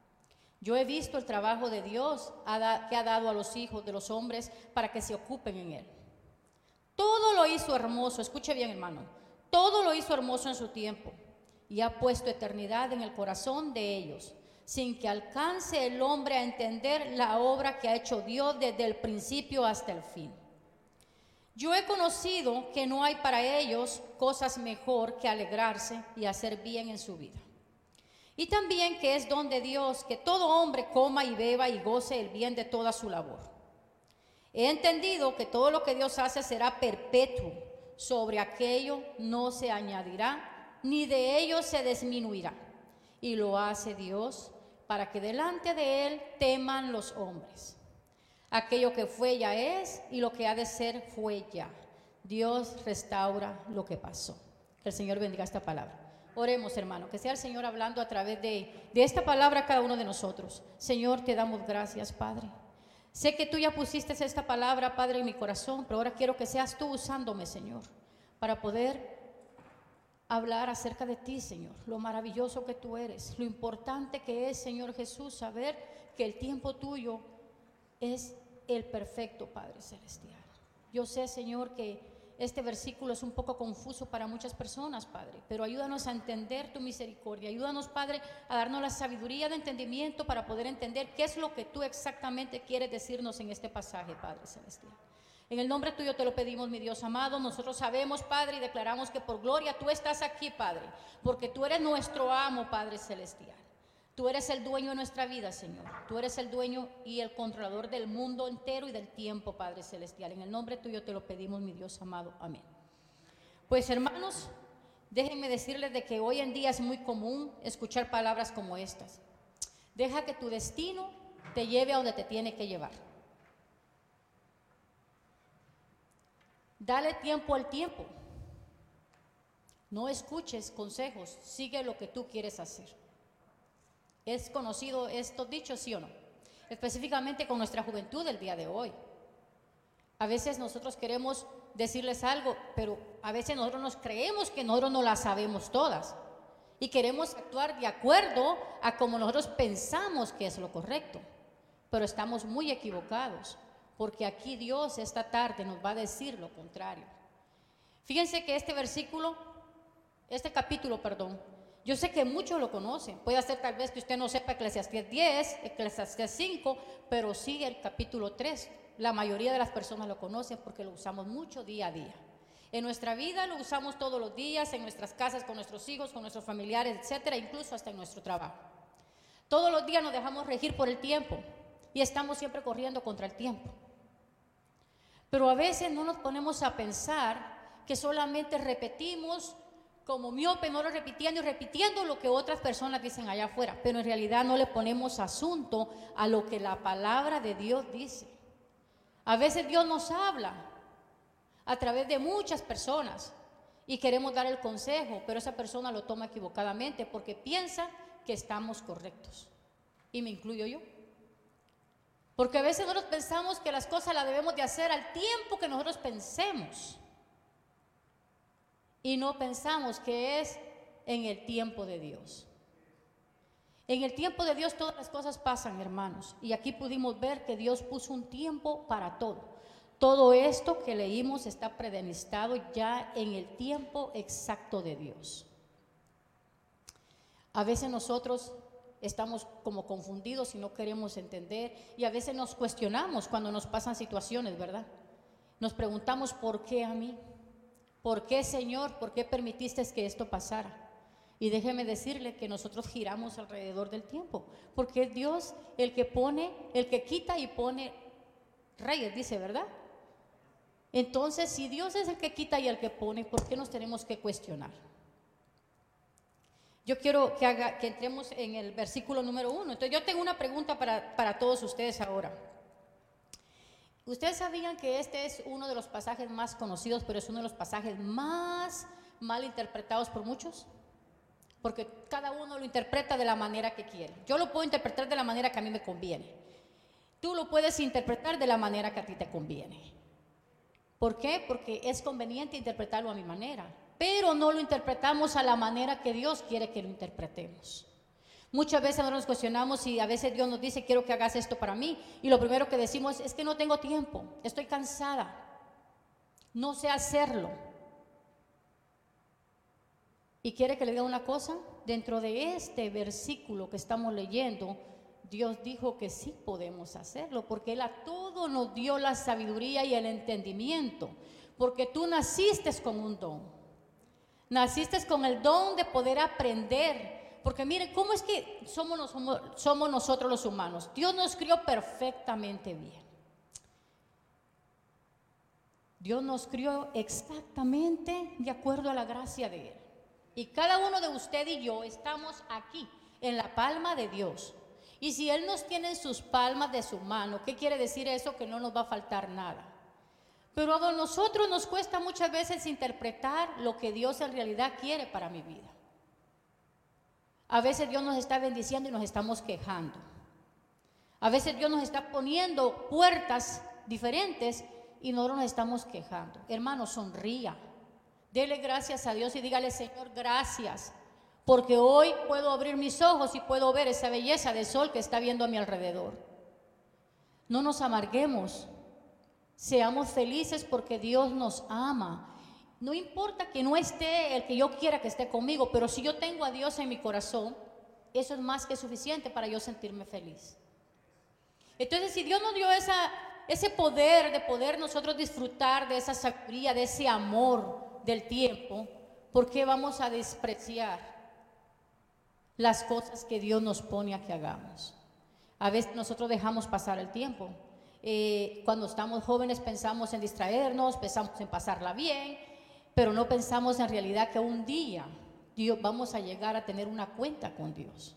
Yo he visto el trabajo de Dios que ha dado a los hijos de los hombres para que se ocupen en él. Todo lo hizo hermoso, escuche bien, hermano. Todo lo hizo hermoso en su tiempo y ha puesto eternidad en el corazón de ellos, sin que alcance el hombre a entender la obra que ha hecho Dios desde el principio hasta el fin. Yo he conocido que no hay para ellos cosas mejor que alegrarse y hacer bien en su vida. Y también que es don de Dios que todo hombre coma y beba y goce el bien de toda su labor. He entendido que todo lo que Dios hace será perpetuo. Sobre aquello no se añadirá, ni de ello se disminuirá. Y lo hace Dios para que delante de Él teman los hombres. Aquello que fue ya es, y lo que ha de ser fue ya. Dios restaura lo que pasó. Que el Señor bendiga esta palabra. Oremos, hermano, que sea el Señor hablando a través de, de esta palabra a cada uno de nosotros. Señor, te damos gracias, Padre. Sé que tú ya pusiste esta palabra, Padre, en mi corazón, pero ahora quiero que seas tú usándome, Señor, para poder hablar acerca de ti, Señor, lo maravilloso que tú eres, lo importante que es, Señor Jesús, saber que el tiempo tuyo es el perfecto, Padre Celestial. Yo sé, Señor, que este versículo es un poco confuso para muchas personas, Padre, pero ayúdanos a entender tu misericordia. Ayúdanos, Padre, a darnos la sabiduría de entendimiento para poder entender qué es lo que tú exactamente quieres decirnos en este pasaje, Padre Celestial. En el nombre tuyo te lo pedimos, mi Dios amado. Nosotros sabemos, Padre, y declaramos que por gloria tú estás aquí, Padre, porque tú eres nuestro amo, Padre Celestial. Tú eres el dueño de nuestra vida, Señor. Tú eres el dueño y el controlador del mundo entero y del tiempo, Padre Celestial. En el nombre tuyo te lo pedimos, mi Dios amado. Amén. Pues, hermanos, déjenme decirles de que hoy en día es muy común escuchar palabras como estas. Deja que tu destino te lleve a donde te tiene que llevar. Dale tiempo al tiempo. No escuches consejos, sigue lo que tú quieres hacer. ¿Es conocido estos dichos, sí o no? Específicamente con nuestra juventud del día de hoy. A veces nosotros queremos decirles algo, pero a veces nosotros nos creemos que nosotros no las sabemos todas. Y queremos actuar de acuerdo a como nosotros pensamos que es lo correcto. Pero estamos muy equivocados, porque aquí Dios esta tarde nos va a decir lo contrario. Fíjense que este versículo, este capítulo, perdón, yo sé que muchos lo conocen. Puede ser tal vez que usted no sepa Eclesiastés diez, Eclesiastés cinco, pero sí el capítulo tres. La mayoría de las personas lo conocen porque lo usamos mucho día a día. En nuestra vida lo usamos todos los días, en nuestras casas, con nuestros hijos, con nuestros familiares, etcétera, incluso hasta en nuestro trabajo. Todos los días nos dejamos regir por el tiempo y estamos siempre corriendo contra el tiempo. Pero a veces no nos ponemos a pensar que solamente repetimos como miope, no lo repitiendo y repitiendo lo que otras personas dicen allá afuera, pero en realidad no le ponemos asunto a lo que la palabra de Dios dice. A veces Dios nos habla a través de muchas personas y queremos dar el consejo, pero esa persona lo toma equivocadamente porque piensa que estamos correctos. Y me incluyo yo. Porque a veces nosotros pensamos que las cosas las debemos de hacer al tiempo que nosotros pensemos. y no pensamos que es en el tiempo de Dios. En el tiempo de Dios todas las cosas pasan, hermanos, y aquí pudimos ver que Dios puso un tiempo para todo. Todo esto que leímos está predestinado ya en el tiempo exacto de Dios. A veces nosotros estamos como confundidos y no queremos entender, y a veces nos cuestionamos cuando nos pasan situaciones, ¿verdad? Nos preguntamos, ¿por qué a mí? ¿Por qué, Señor? ¿Por qué permitiste que esto pasara? Y déjeme decirle que nosotros giramos alrededor del tiempo, porque es Dios el que pone, el que quita y pone reyes, dice, ¿verdad? Entonces, si Dios es el que quita y el que pone, ¿por qué nos tenemos que cuestionar? Yo quiero que, haga, que entremos en el versículo número uno. Entonces, yo tengo una pregunta para, para todos ustedes ahora. ¿Ustedes sabían que este es uno de los pasajes más conocidos, pero es uno de los pasajes más mal interpretados por muchos? Porque cada uno lo interpreta de la manera que quiere. Yo lo puedo interpretar de la manera que a mí me conviene. Tú lo puedes interpretar de la manera que a ti te conviene. ¿Por qué? Porque es conveniente interpretarlo a mi manera, pero no lo interpretamos a la manera que Dios quiere que lo interpretemos. Muchas veces nos cuestionamos y a veces Dios nos dice, quiero que hagas esto para mí, y lo primero que decimos es que no tengo tiempo, estoy cansada, no sé hacerlo. Y quiere que le diga una cosa, dentro de este versículo que estamos leyendo, Dios dijo que sí podemos hacerlo, porque Él a todo nos dio la sabiduría y el entendimiento, porque tú naciste con un don, naciste con el don de poder aprender, porque miren, ¿cómo es que somos, somos, somos nosotros los humanos? Dios nos crió perfectamente bien. Dios nos crió exactamente de acuerdo a la gracia de Él. Y cada uno de usted y yo estamos aquí, en la palma de Dios. Y si Él nos tiene en sus palmas de su mano, ¿qué quiere decir eso? Que no nos va a faltar nada. Pero a nosotros nos cuesta muchas veces interpretar lo que Dios en realidad quiere para mi vida. A veces Dios nos está bendiciendo y nos estamos quejando. A veces Dios nos está poniendo puertas diferentes y nosotros nos estamos quejando. Hermano, sonría. Dele gracias a Dios y dígale, Señor, gracias, porque hoy puedo abrir mis ojos y puedo ver esa belleza del sol que está viendo a mi alrededor. No nos amarguemos, seamos felices porque Dios nos ama. No importa que no esté el que yo quiera que esté conmigo, pero si yo tengo a Dios en mi corazón, eso es más que suficiente para yo sentirme feliz. Entonces, si Dios nos dio esa, ese poder de poder nosotros disfrutar de esa sabiduría, de ese amor del tiempo, ¿por qué vamos a despreciar las cosas que Dios nos pone a que hagamos? A veces nosotros dejamos pasar el tiempo. Eh, cuando estamos jóvenes pensamos en distraernos, pensamos en pasarla bien, pero no pensamos en realidad que un día Dios, vamos a llegar a tener una cuenta con Dios.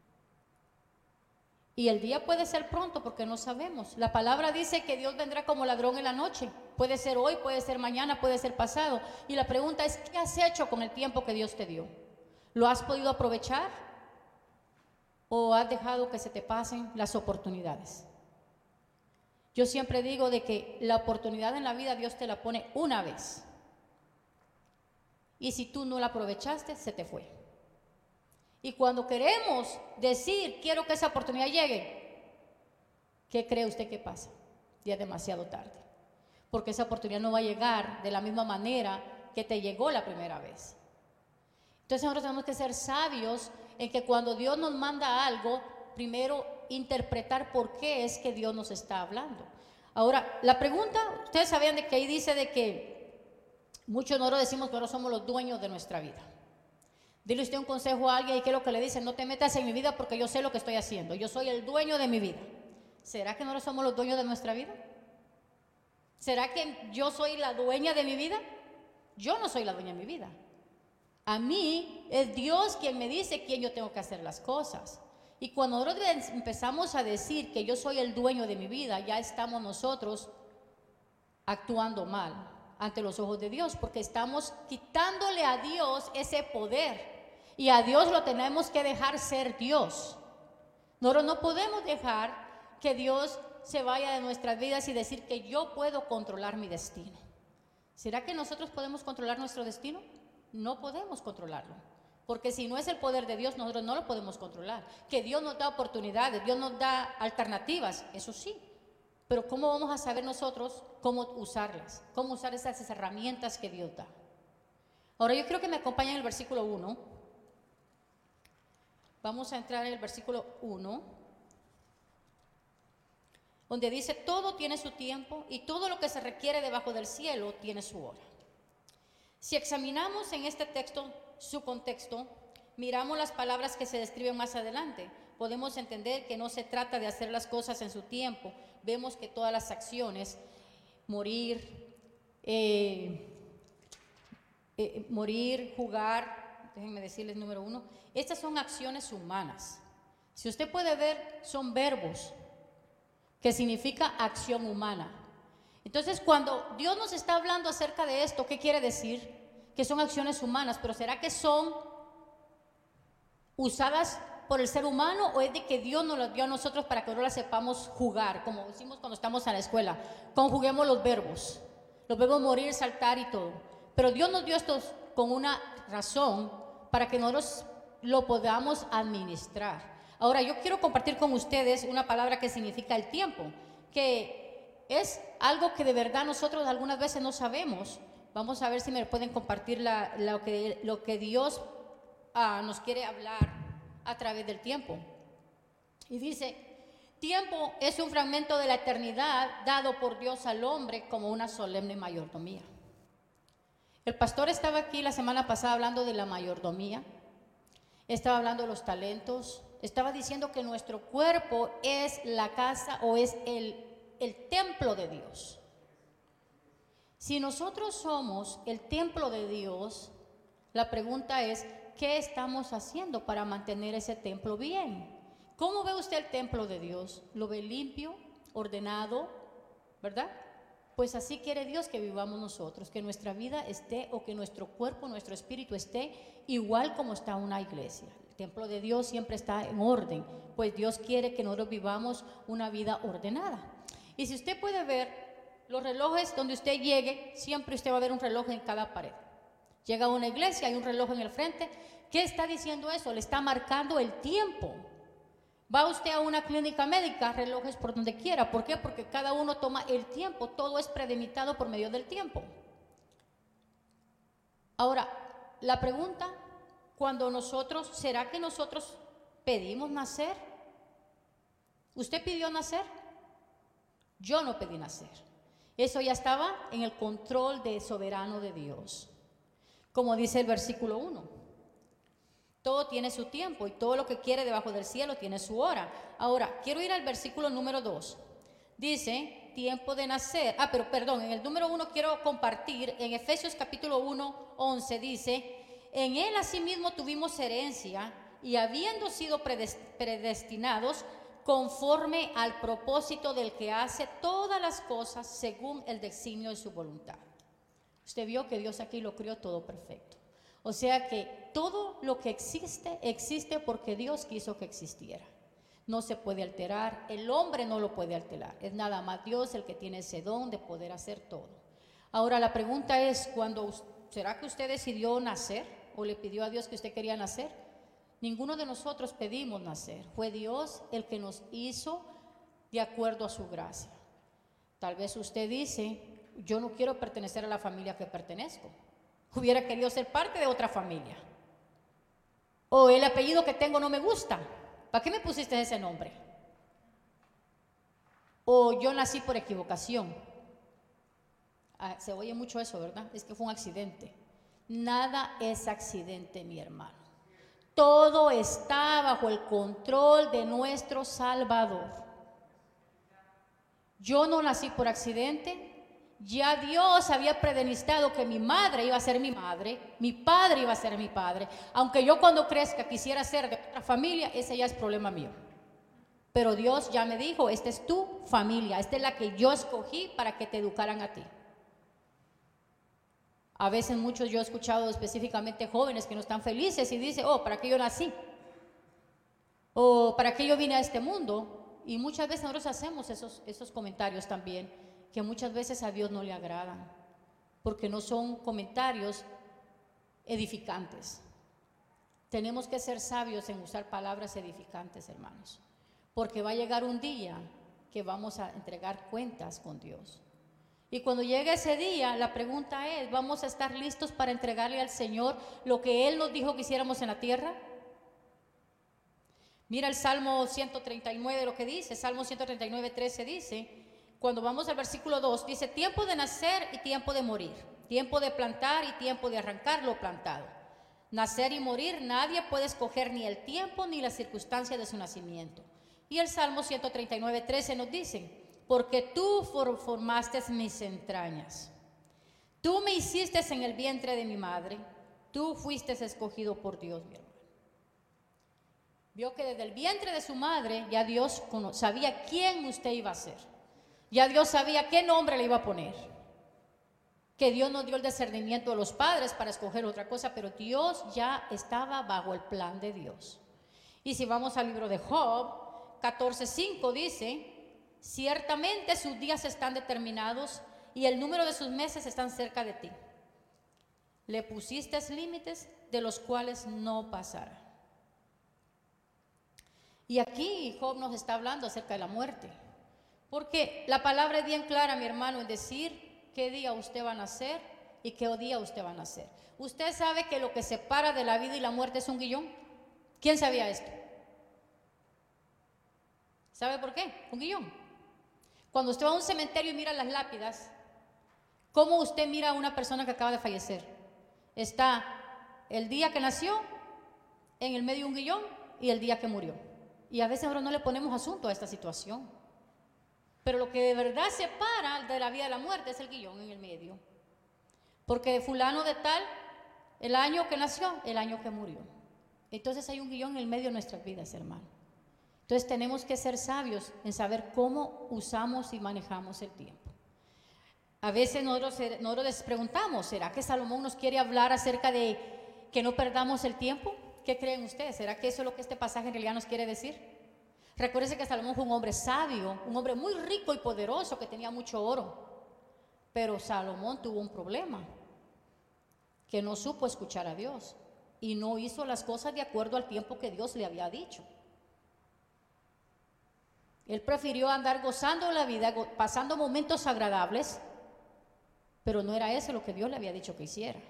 Y el día puede ser pronto porque no sabemos. La palabra dice que Dios vendrá como ladrón en la noche. Puede ser hoy, puede ser mañana, puede ser pasado. Y la pregunta es, ¿qué has hecho con el tiempo que Dios te dio? ¿Lo has podido aprovechar? ¿O has dejado que se te pasen las oportunidades? Yo siempre digo de que la oportunidad en la vida Dios te la pone una vez. Y si tú no la aprovechaste, se te fue. Y cuando queremos decir, quiero que esa oportunidad llegue, ¿qué cree usted que pasa? Ya es demasiado tarde. Porque esa oportunidad no va a llegar de la misma manera que te llegó la primera vez. Entonces nosotros tenemos que ser sabios en que cuando Dios nos manda algo, primero interpretar por qué es que Dios nos está hablando. Ahora, la pregunta, ustedes sabían de que ahí dice de que muchos de nosotros decimos que ahora somos los dueños de nuestra vida. Dile usted un consejo a alguien y ¿qué es lo que le dice? No te metas en mi vida porque yo sé lo que estoy haciendo. Yo soy el dueño de mi vida. ¿Será que nosotros somos los dueños de nuestra vida? ¿Será que yo soy la dueña de mi vida? Yo no soy la dueña de mi vida. A mí es Dios quien me dice quién yo tengo que hacer las cosas. Y cuando nosotros empezamos a decir que yo soy el dueño de mi vida, ya estamos nosotros actuando mal ante los ojos de Dios, porque estamos quitándole a Dios ese poder. Y a Dios lo tenemos que dejar ser Dios. Nosotros no podemos dejar que Dios se vaya de nuestras vidas y decir que yo puedo controlar mi destino. ¿Será que nosotros podemos controlar nuestro destino? no podemos controlarlo. Porque si no es el poder de Dios, nosotros no lo podemos controlar. Que Dios nos da oportunidades, Dios nos da alternativas, eso sí. Pero ¿cómo vamos a saber nosotros cómo usarlas? ¿Cómo usar esas herramientas que Dios da? Ahora yo quiero que me acompañen en el versículo uno. Vamos a entrar en el versículo uno, donde dice: todo tiene su tiempo y todo lo que se requiere debajo del cielo tiene su hora. Si examinamos en este texto su contexto, miramos las palabras que se describen más adelante, podemos entender que no se trata de hacer las cosas en su tiempo. Vemos que todas las acciones, morir, eh, eh, morir, jugar, déjenme decirles número uno, estas son acciones humanas. Si usted puede ver, son verbos, que significa acción humana. Entonces, cuando Dios nos está hablando acerca de esto, ¿qué quiere decir? Que son acciones humanas, pero ¿será que son usadas por el ser humano o es de que Dios nos las dio a nosotros para que no las sepamos jugar, como decimos cuando estamos en la escuela? Conjuguemos los verbos, los verbos morir, saltar y todo. Pero Dios nos dio estos con una razón para que nosotros lo podamos administrar. Ahora, yo quiero compartir con ustedes una palabra que significa el tiempo, que es algo que de verdad nosotros algunas veces no sabemos. Vamos a ver si me pueden compartir la, lo, que, lo que Dios uh, nos quiere hablar a través del tiempo. Y dice: tiempo es un fragmento de la eternidad dado por Dios al hombre como una solemne mayordomía. El pastor estaba aquí la semana pasada hablando de la mayordomía, estaba hablando de los talentos, estaba diciendo que nuestro cuerpo es la casa o es el, el templo de Dios. Si nosotros somos el templo de Dios, la pregunta es: ¿qué estamos haciendo para mantener ese templo bien? ¿Cómo ve usted el templo de Dios? ¿Lo ve limpio, ordenado, verdad? Pues así quiere Dios que vivamos nosotros, que nuestra vida esté, o que nuestro cuerpo, nuestro espíritu esté igual como está una iglesia. El templo de Dios siempre está en orden, pues Dios quiere que nosotros vivamos una vida ordenada. Y si usted puede ver los relojes donde usted llegue, siempre usted va a ver un reloj en cada pared. Llega a una iglesia, hay un reloj en el frente. ¿Qué está diciendo eso? Le está marcando el tiempo. Va usted a una clínica médica, relojes por donde quiera. ¿Por qué? Porque cada uno toma el tiempo. Todo es prelimitado por medio del tiempo. Ahora, la pregunta, cuando nosotros, ¿será que nosotros pedimos nacer? ¿Usted pidió nacer? Yo no pedí nacer. Eso ya estaba en el control de soberano de Dios. Como dice el versículo uno. Todo tiene su tiempo y todo lo que quiere debajo del cielo tiene su hora. Ahora, quiero ir al versículo número dos. Dice, tiempo de nacer. Ah, pero perdón, en el número uno quiero compartir, en Efesios capítulo uno, once, dice: en él asimismo tuvimos herencia y habiendo sido predestinados conforme al propósito del que hace todas las cosas según el designio de su voluntad. Usted vio que Dios aquí lo creó todo perfecto. O sea que todo lo que existe, existe porque Dios quiso que existiera. No se puede alterar, el hombre no lo puede alterar. Es nada más Dios el que tiene ese don de poder hacer todo. Ahora la pregunta es, ¿cuándo, ¿será que usted decidió nacer o le pidió a Dios que usted quería nacer? Ninguno de nosotros pedimos nacer. Fue Dios el que nos hizo de acuerdo a su gracia. Tal vez usted dice: yo no quiero pertenecer a la familia que pertenezco. Hubiera querido ser parte de otra familia. O el apellido que tengo no me gusta. ¿Para qué me pusiste ese nombre? O yo nací por equivocación. Ah, se oye mucho eso, ¿verdad? Es que fue un accidente. Nada es accidente, mi hermano. Todo está bajo el control de nuestro Salvador. Yo no nací por accidente. Ya Dios había predestinado que mi madre iba a ser mi madre, mi padre iba a ser mi padre. Aunque yo cuando crezca quisiera ser de otra familia, ese ya es problema mío. Pero Dios ya me dijo: esta es tu familia, esta es la que yo escogí para que te educaran a ti. A veces muchos, yo he escuchado específicamente jóvenes que no están felices y dicen: oh, ¿para qué yo nací? O ¿para qué yo vine a este mundo? Y muchas veces nosotros hacemos esos, esos comentarios también, que muchas veces a Dios no le agradan, porque no son comentarios edificantes. Tenemos que ser sabios en usar palabras edificantes, hermanos, porque va a llegar un día que vamos a entregar cuentas con Dios. Y cuando llegue ese día, la pregunta es, ¿vamos a estar listos para entregarle al Señor lo que Él nos dijo que hiciéramos en la tierra? Mira el Salmo ciento treinta y nueve, lo que dice, Salmo ciento treinta y nueve, trece dice, cuando vamos al versículo dos, dice, tiempo de nacer y tiempo de morir, tiempo de plantar y tiempo de arrancar lo plantado. Nacer y morir, nadie puede escoger ni el tiempo ni la circunstancia de su nacimiento. Y el Salmo ciento treinta y nueve, trece nos dice, porque tú formaste mis entrañas, tú me hiciste en el vientre de mi madre, tú fuiste escogido por Dios, mi hermano. Vio que desde el vientre de su madre ya Dios sabía quién usted iba a ser, ya Dios sabía qué nombre le iba a poner, que Dios nos dio el discernimiento a los padres para escoger otra cosa, pero Dios ya estaba bajo el plan de Dios. Y si vamos al libro de Job, catorce cinco dice, ciertamente sus días están determinados y el número de sus meses están cerca de ti. Le pusiste límites de los cuales no pasará. Y aquí Job nos está hablando acerca de la muerte, porque la palabra es bien clara, mi hermano, en decir qué día usted va a nacer y qué día usted va a nacer. Usted sabe que lo que separa de la vida y la muerte es un guión. ¿Quién sabía esto? ¿Sabe por qué? Un guión. Cuando usted va a un cementerio y mira las lápidas, ¿cómo usted mira a una persona que acaba de fallecer? Está el día que nació, en el medio un guión, y el día que murió. Y a veces ahora no le ponemos asunto a esta situación. Pero lo que de verdad separa de la vida y la muerte es el guión en el medio. Porque fulano de tal, el año que nació, el año que murió. Entonces hay un guión en el medio de nuestras vidas, hermano. Entonces tenemos que ser sabios en saber cómo usamos y manejamos el tiempo. A veces nosotros, nosotros les preguntamos, ¿será que Salomón nos quiere hablar acerca de que no perdamos el tiempo? ¿Qué creen ustedes? ¿Será que eso es lo que este pasaje en realidad nos quiere decir? Recuérdense que Salomón fue un hombre sabio, un hombre muy rico y poderoso que tenía mucho oro. Pero Salomón tuvo un problema, que no supo escuchar a Dios y no hizo las cosas de acuerdo al tiempo que Dios le había dicho. Él prefirió andar gozando la vida, pasando momentos agradables, pero no era eso lo que Dios le había dicho que hiciera.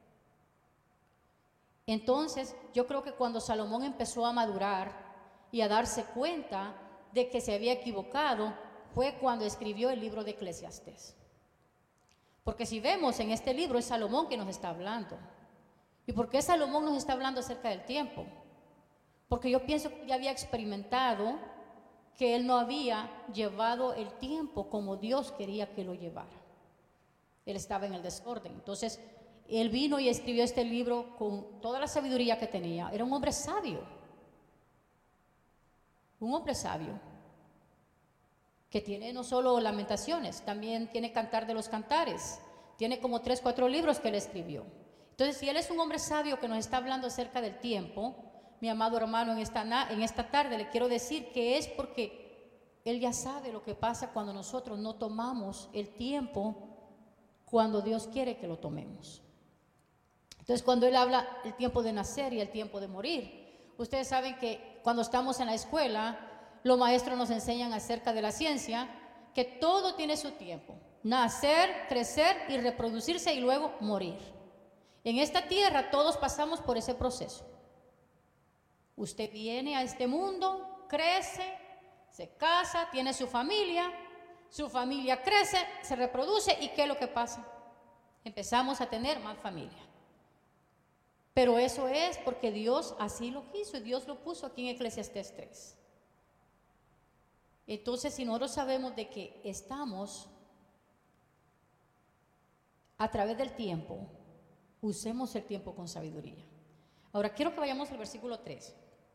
Entonces, yo creo que cuando Salomón empezó a madurar y a darse cuenta de que se había equivocado, fue cuando escribió el libro de Eclesiastés. Porque si vemos en este libro, es Salomón que nos está hablando. ¿Y por qué Salomón nos está hablando acerca del tiempo? Porque yo pienso que ya había experimentado que él no había llevado el tiempo como Dios quería que lo llevara. Él estaba en el desorden. Entonces, él vino y escribió este libro con toda la sabiduría que tenía. Era un hombre sabio. Un hombre sabio. Que tiene no solo Lamentaciones, también tiene Cantar de los Cantares. Tiene como tres, cuatro libros que él escribió. Entonces, si él es un hombre sabio que nos está hablando acerca del tiempo, mi amado hermano, en esta, en esta tarde le quiero decir que es porque él ya sabe lo que pasa cuando nosotros no tomamos el tiempo cuando Dios quiere que lo tomemos. Entonces, cuando él habla el tiempo de nacer y el tiempo de morir, ustedes saben que cuando estamos en la escuela, los maestros nos enseñan acerca de la ciencia, que todo tiene su tiempo. Nacer, crecer y reproducirse y luego morir. En esta tierra todos pasamos por ese proceso. Usted viene a este mundo, crece, se casa, tiene su familia, su familia crece, se reproduce y ¿qué es lo que pasa? Empezamos a tener más familia. Pero eso es porque Dios así lo quiso y Dios lo puso aquí en Eclesiastés tres. Entonces, si nosotros sabemos de que estamos a través del tiempo, usemos el tiempo con sabiduría. Ahora, quiero que vayamos al versículo tres.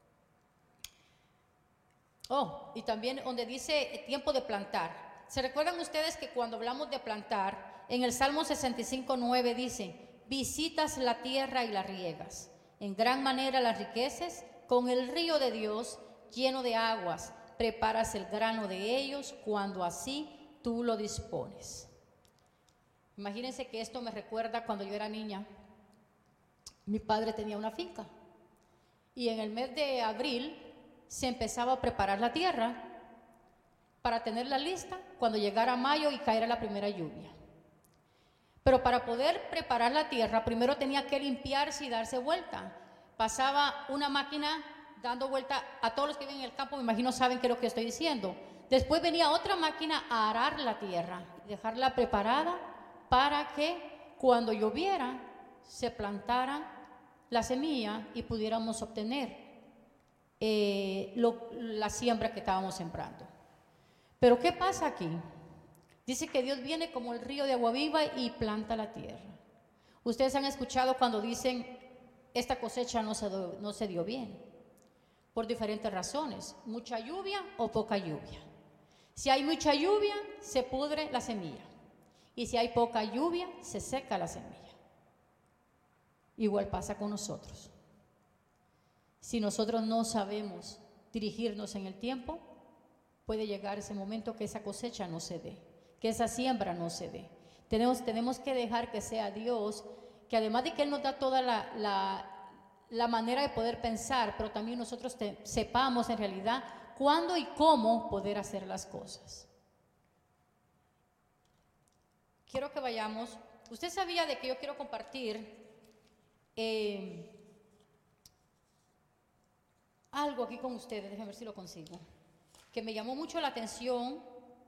Oh, y también donde dice tiempo de plantar. ¿Se recuerdan ustedes que cuando hablamos de plantar, en el Salmo sesenta y cinco, nueve dice, visitas la tierra y la riegas, en gran manera la enriqueces, con el río de Dios lleno de aguas, preparas el grano de ellos cuando así tú lo dispones. Imagínense que esto me recuerda cuando yo era niña, Mi padre tenía una finca y en el mes de abril se empezaba a preparar la tierra para tenerla lista cuando llegara mayo y caera la primera lluvia. Pero para poder preparar la tierra, primero tenía que limpiarse y darse vuelta. Pasaba una máquina dando vuelta, a todos los que viven en el campo, me imagino saben qué es lo que estoy diciendo. Después venía otra máquina a arar la tierra, dejarla preparada para que cuando lloviera se plantara la semilla y pudiéramos obtener eh, lo, la siembra que estábamos sembrando. Pero ¿qué pasa aquí? Dice que Dios viene como el río de agua viva y planta la tierra. Ustedes han escuchado cuando dicen, esta cosecha no se, do, no se dio bien, por diferentes razones, mucha lluvia o poca lluvia. Si hay mucha lluvia, se pudre la semilla. Y si hay poca lluvia, se seca la semilla. Igual pasa con nosotros. Si nosotros no sabemos dirigirnos en el tiempo, puede llegar ese momento que esa cosecha no se dé, que esa siembra no se dé. Tenemos, tenemos que dejar que sea Dios, que además de que Él nos da toda la, la, la manera de poder pensar, pero también nosotros te, sepamos en realidad cuándo y cómo poder hacer las cosas. Quiero que vayamos. Usted sabía de que yo quiero compartir eh, algo aquí con ustedes, déjenme ver si lo consigo, que me llamó mucho la atención,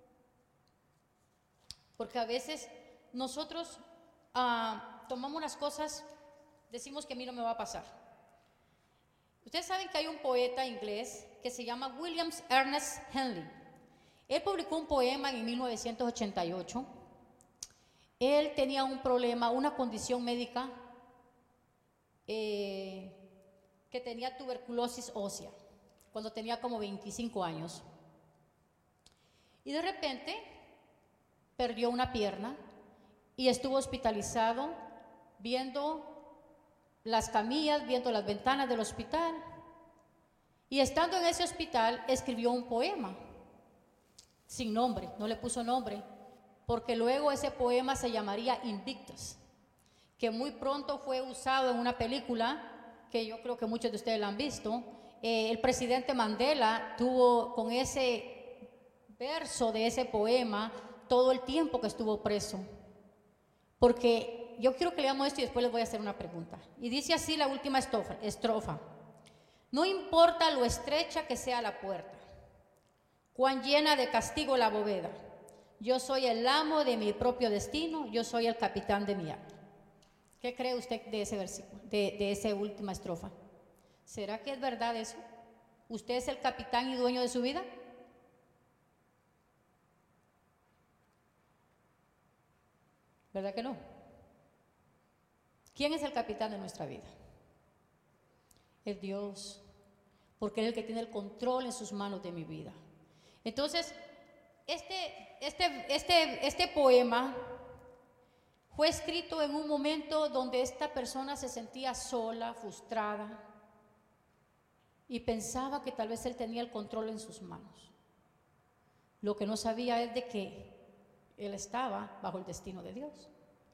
porque a veces nosotros ah, tomamos las cosas, decimos que a mí no me va a pasar. Ustedes saben que hay un poeta inglés que se llama William Ernest Henley. Él publicó un poema en mil novecientos ochenta y ocho. Él tenía un problema, una condición médica, eh, que tenía tuberculosis ósea, cuando tenía como veinticinco años. Y de repente perdió una pierna y estuvo hospitalizado, viendo las camillas, viendo las ventanas del hospital. Y estando en ese hospital, escribió un poema, sin nombre, no le puso nombre, porque luego ese poema se llamaría Invictus, que muy pronto fue usado en una película que yo creo que muchos de ustedes la han visto. Eh, el presidente Mandela tuvo con ese verso de ese poema todo el tiempo que estuvo preso. Porque yo quiero que leamos esto y después les voy a hacer una pregunta. Y dice así la última estrofa, estrofa. No importa lo estrecha que sea la puerta, cuán llena de castigo la bóveda, yo soy el amo de mi propio destino, yo soy el capitán de mi alma. ¿Qué cree usted de ese versículo, de, de esa última estrofa? ¿Será que es verdad eso? ¿Usted es el capitán y dueño de su vida? ¿Verdad que no? ¿Quién es el capitán de nuestra vida? Es Dios, porque Él es el que tiene el control en sus manos de mi vida. Entonces, este, este, este, este poema fue escrito en un momento donde esta persona se sentía sola, frustrada, y pensaba que tal vez él tenía el control en sus manos. Lo que no sabía es de que él estaba bajo el destino de Dios.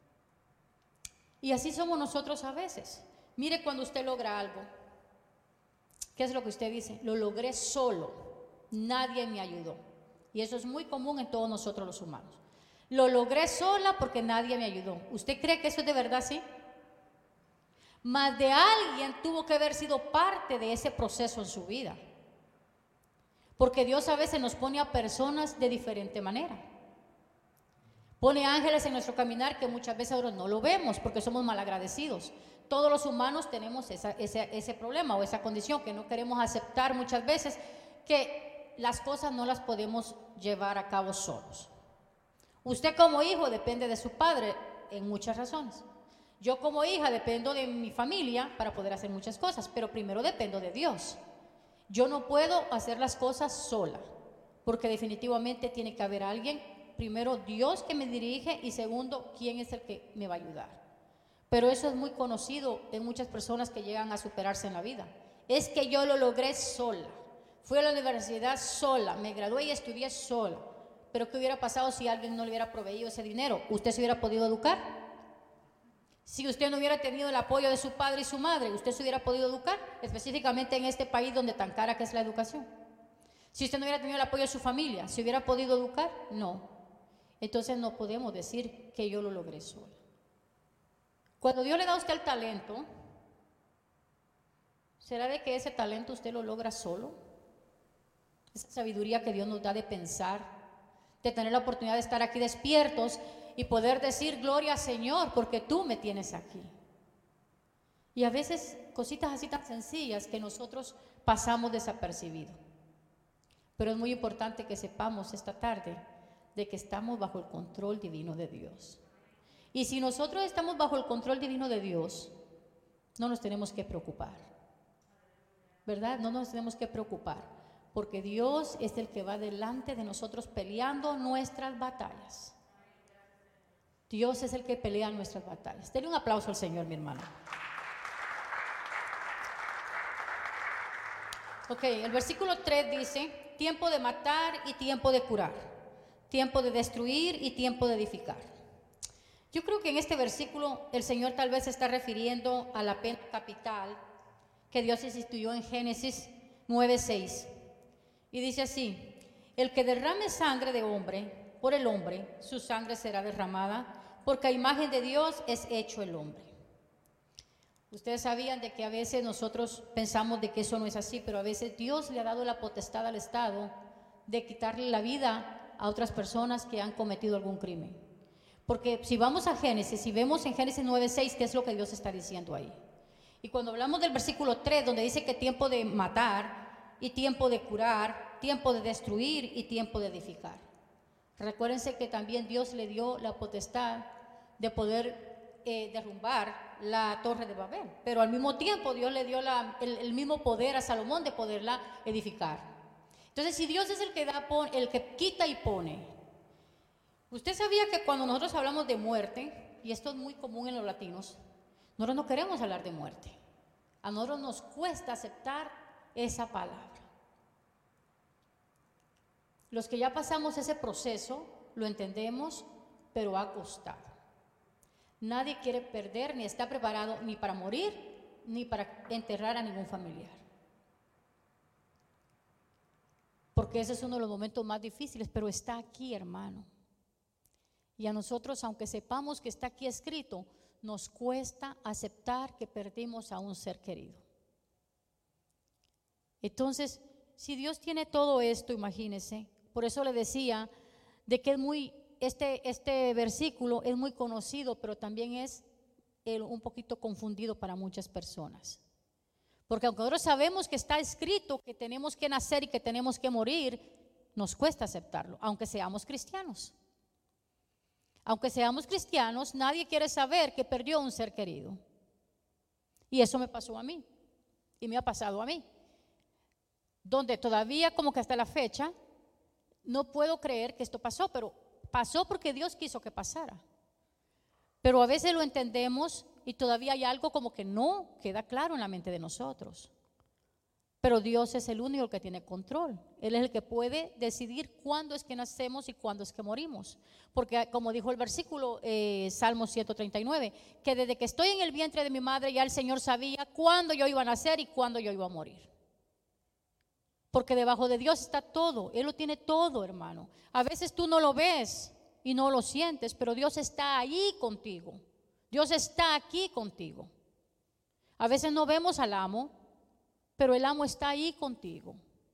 Y así somos nosotros a veces. Mire cuando usted logra algo, ¿qué es lo que usted dice? Lo logré solo, nadie me ayudó. Y eso es muy común en todos nosotros los humanos. Lo logré sola porque nadie me ayudó. ¿Usted cree que eso es de verdad así? Más de alguien tuvo que haber sido parte de ese proceso en su vida. Porque Dios a veces nos pone a personas de diferente manera. Pone ángeles en nuestro caminar que muchas veces ahora no lo vemos porque somos malagradecidos. Todos los humanos tenemos esa, ese, ese problema o esa condición que no queremos aceptar muchas veces, que las cosas no las podemos llevar a cabo solos. Usted como hijo depende de su padre en muchas razones. Yo como hija dependo de mi familia para poder hacer muchas cosas, pero primero dependo de Dios. Yo no puedo hacer las cosas sola, porque definitivamente tiene que haber alguien, primero Dios que me dirige y segundo, ¿quién es el que me va a ayudar? Pero eso es muy conocido en muchas personas que llegan a superarse en la vida. Es que yo lo logré sola, fui a la universidad sola, me gradué y estudié sola. Pero ¿qué hubiera pasado si alguien no le hubiera proveído ese dinero? ¿Usted se hubiera podido educar? Si usted no hubiera tenido el apoyo de su padre y su madre, ¿usted se hubiera podido educar? Específicamente en este país donde tan cara que es la educación. Si usted no hubiera tenido el apoyo de su familia, ¿se hubiera podido educar? No. Entonces no podemos decir que yo lo logré sola. Cuando Dios le da a usted el talento, ¿será de que ese talento usted lo logra solo? Esa sabiduría que Dios nos da de pensar, de tener la oportunidad de estar aquí despiertos y poder decir, gloria Señor, porque tú me tienes aquí. Y a veces cositas así tan sencillas que nosotros pasamos desapercibido. Pero es muy importante que sepamos esta tarde de que estamos bajo el control divino de Dios. Y si nosotros estamos bajo el control divino de Dios, no nos tenemos que preocupar, ¿verdad? No nos tenemos que preocupar, porque Dios es el que va delante de nosotros peleando nuestras batallas. Dios es el que pelea nuestras batallas. Denle un aplauso al Señor, mi hermano. Ok, el versículo tres dice, tiempo de matar y tiempo de curar, tiempo de destruir y tiempo de edificar. Yo creo que en este versículo el Señor tal vez se está refiriendo a la pena capital que Dios instituyó en Génesis nueve seis. Y dice así, el que derrame sangre de hombre por el hombre, su sangre será derramada, porque a imagen de Dios es hecho el hombre. Ustedes sabían de que a veces nosotros pensamos de que eso no es así, pero a veces Dios le ha dado la potestad al Estado de quitarle la vida a otras personas que han cometido algún crimen. Porque si vamos a Génesis y vemos en Génesis nueve seis, ¿qué es lo que Dios está diciendo ahí? Y cuando hablamos del versículo tres, donde dice que tiempo de matar y tiempo de curar, tiempo de destruir y tiempo de edificar. Recuérdense que también Dios le dio la potestad de poder eh, derrumbar la torre de Babel, pero al mismo tiempo Dios le dio la, el, el mismo poder a Salomón de poderla edificar. Entonces, si Dios es el que da, pon, el que quita y pone, usted sabía que cuando nosotros hablamos de muerte, y esto es muy común en los latinos, nosotros no queremos hablar de muerte. A nosotros nos cuesta aceptar esa palabra. Los que ya pasamos ese proceso, lo entendemos, pero ha costado. Nadie quiere perder, ni está preparado ni para morir, ni para enterrar a ningún familiar. Porque ese es uno de los momentos más difíciles, pero está aquí, hermano. Y a nosotros, aunque sepamos que está aquí escrito, nos cuesta aceptar que perdimos a un ser querido. Entonces, si Dios tiene todo esto, imagínese, por eso le decía de que es muy, este, este versículo es muy conocido, pero también es el, un poquito confundido para muchas personas. Porque aunque nosotros sabemos que está escrito que tenemos que nacer y que tenemos que morir, nos cuesta aceptarlo, aunque seamos cristianos. Aunque seamos cristianos, nadie quiere saber que perdió a un ser querido. Y eso me pasó a mí, y me ha pasado a mí. Donde todavía como que hasta la fecha no puedo creer que esto pasó, pero pasó porque Dios quiso que pasara. Pero a veces lo entendemos y todavía hay algo como que no queda claro en la mente de nosotros. Pero Dios es el único que tiene control. Él es el que puede decidir cuándo es que nacemos y cuándo es que morimos. Porque como dijo el versículo, eh, Salmo ciento treinta y nueve, que desde que estoy en el vientre de mi madre ya el Señor sabía cuándo yo iba a nacer y cuándo yo iba a morir. Porque debajo de Dios está todo, Él lo tiene todo, hermano. A veces tú no lo ves y no lo sientes, pero Dios está ahí contigo. Dios está aquí contigo. A veces no vemos al amo, pero el amo está ahí contigo.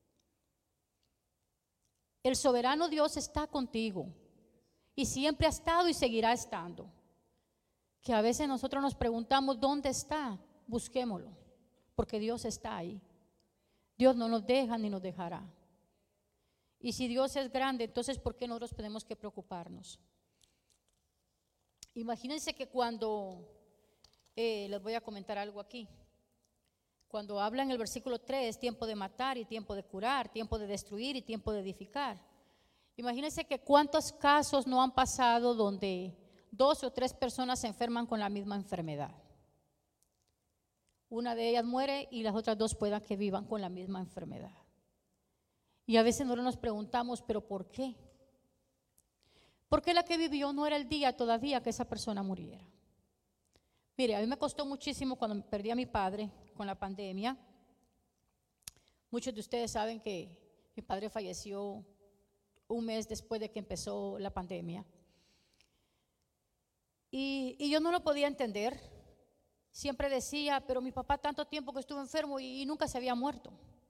El soberano Dios está contigo y siempre ha estado y seguirá estando. Que a veces nosotros nos preguntamos ¿dónde está? Busquémoslo, porque Dios está ahí. Dios no nos deja ni nos dejará. Y si Dios es grande, entonces ¿por qué nosotros tenemos que preocuparnos? Imagínense que cuando, eh, les voy a comentar algo aquí, cuando habla en el versículo tres, tiempo de matar y tiempo de curar, tiempo de destruir y tiempo de edificar. Imagínense que cuántos casos no han pasado donde dos o tres personas se enferman con la misma enfermedad. Una de ellas muere y las otras dos puedan que vivan con la misma enfermedad. Y a veces nosotros nos preguntamos, ¿pero por qué? Porque la que vivió no era el día todavía que esa persona muriera. Mire, a mí me costó muchísimo cuando perdí a mi padre con la pandemia. Muchos de ustedes saben que mi padre falleció un mes después de que empezó la pandemia. Y, y yo no lo podía entender. Siempre decía, pero mi papá tanto tiempo que estuvo enfermo y, y nunca se había muerto.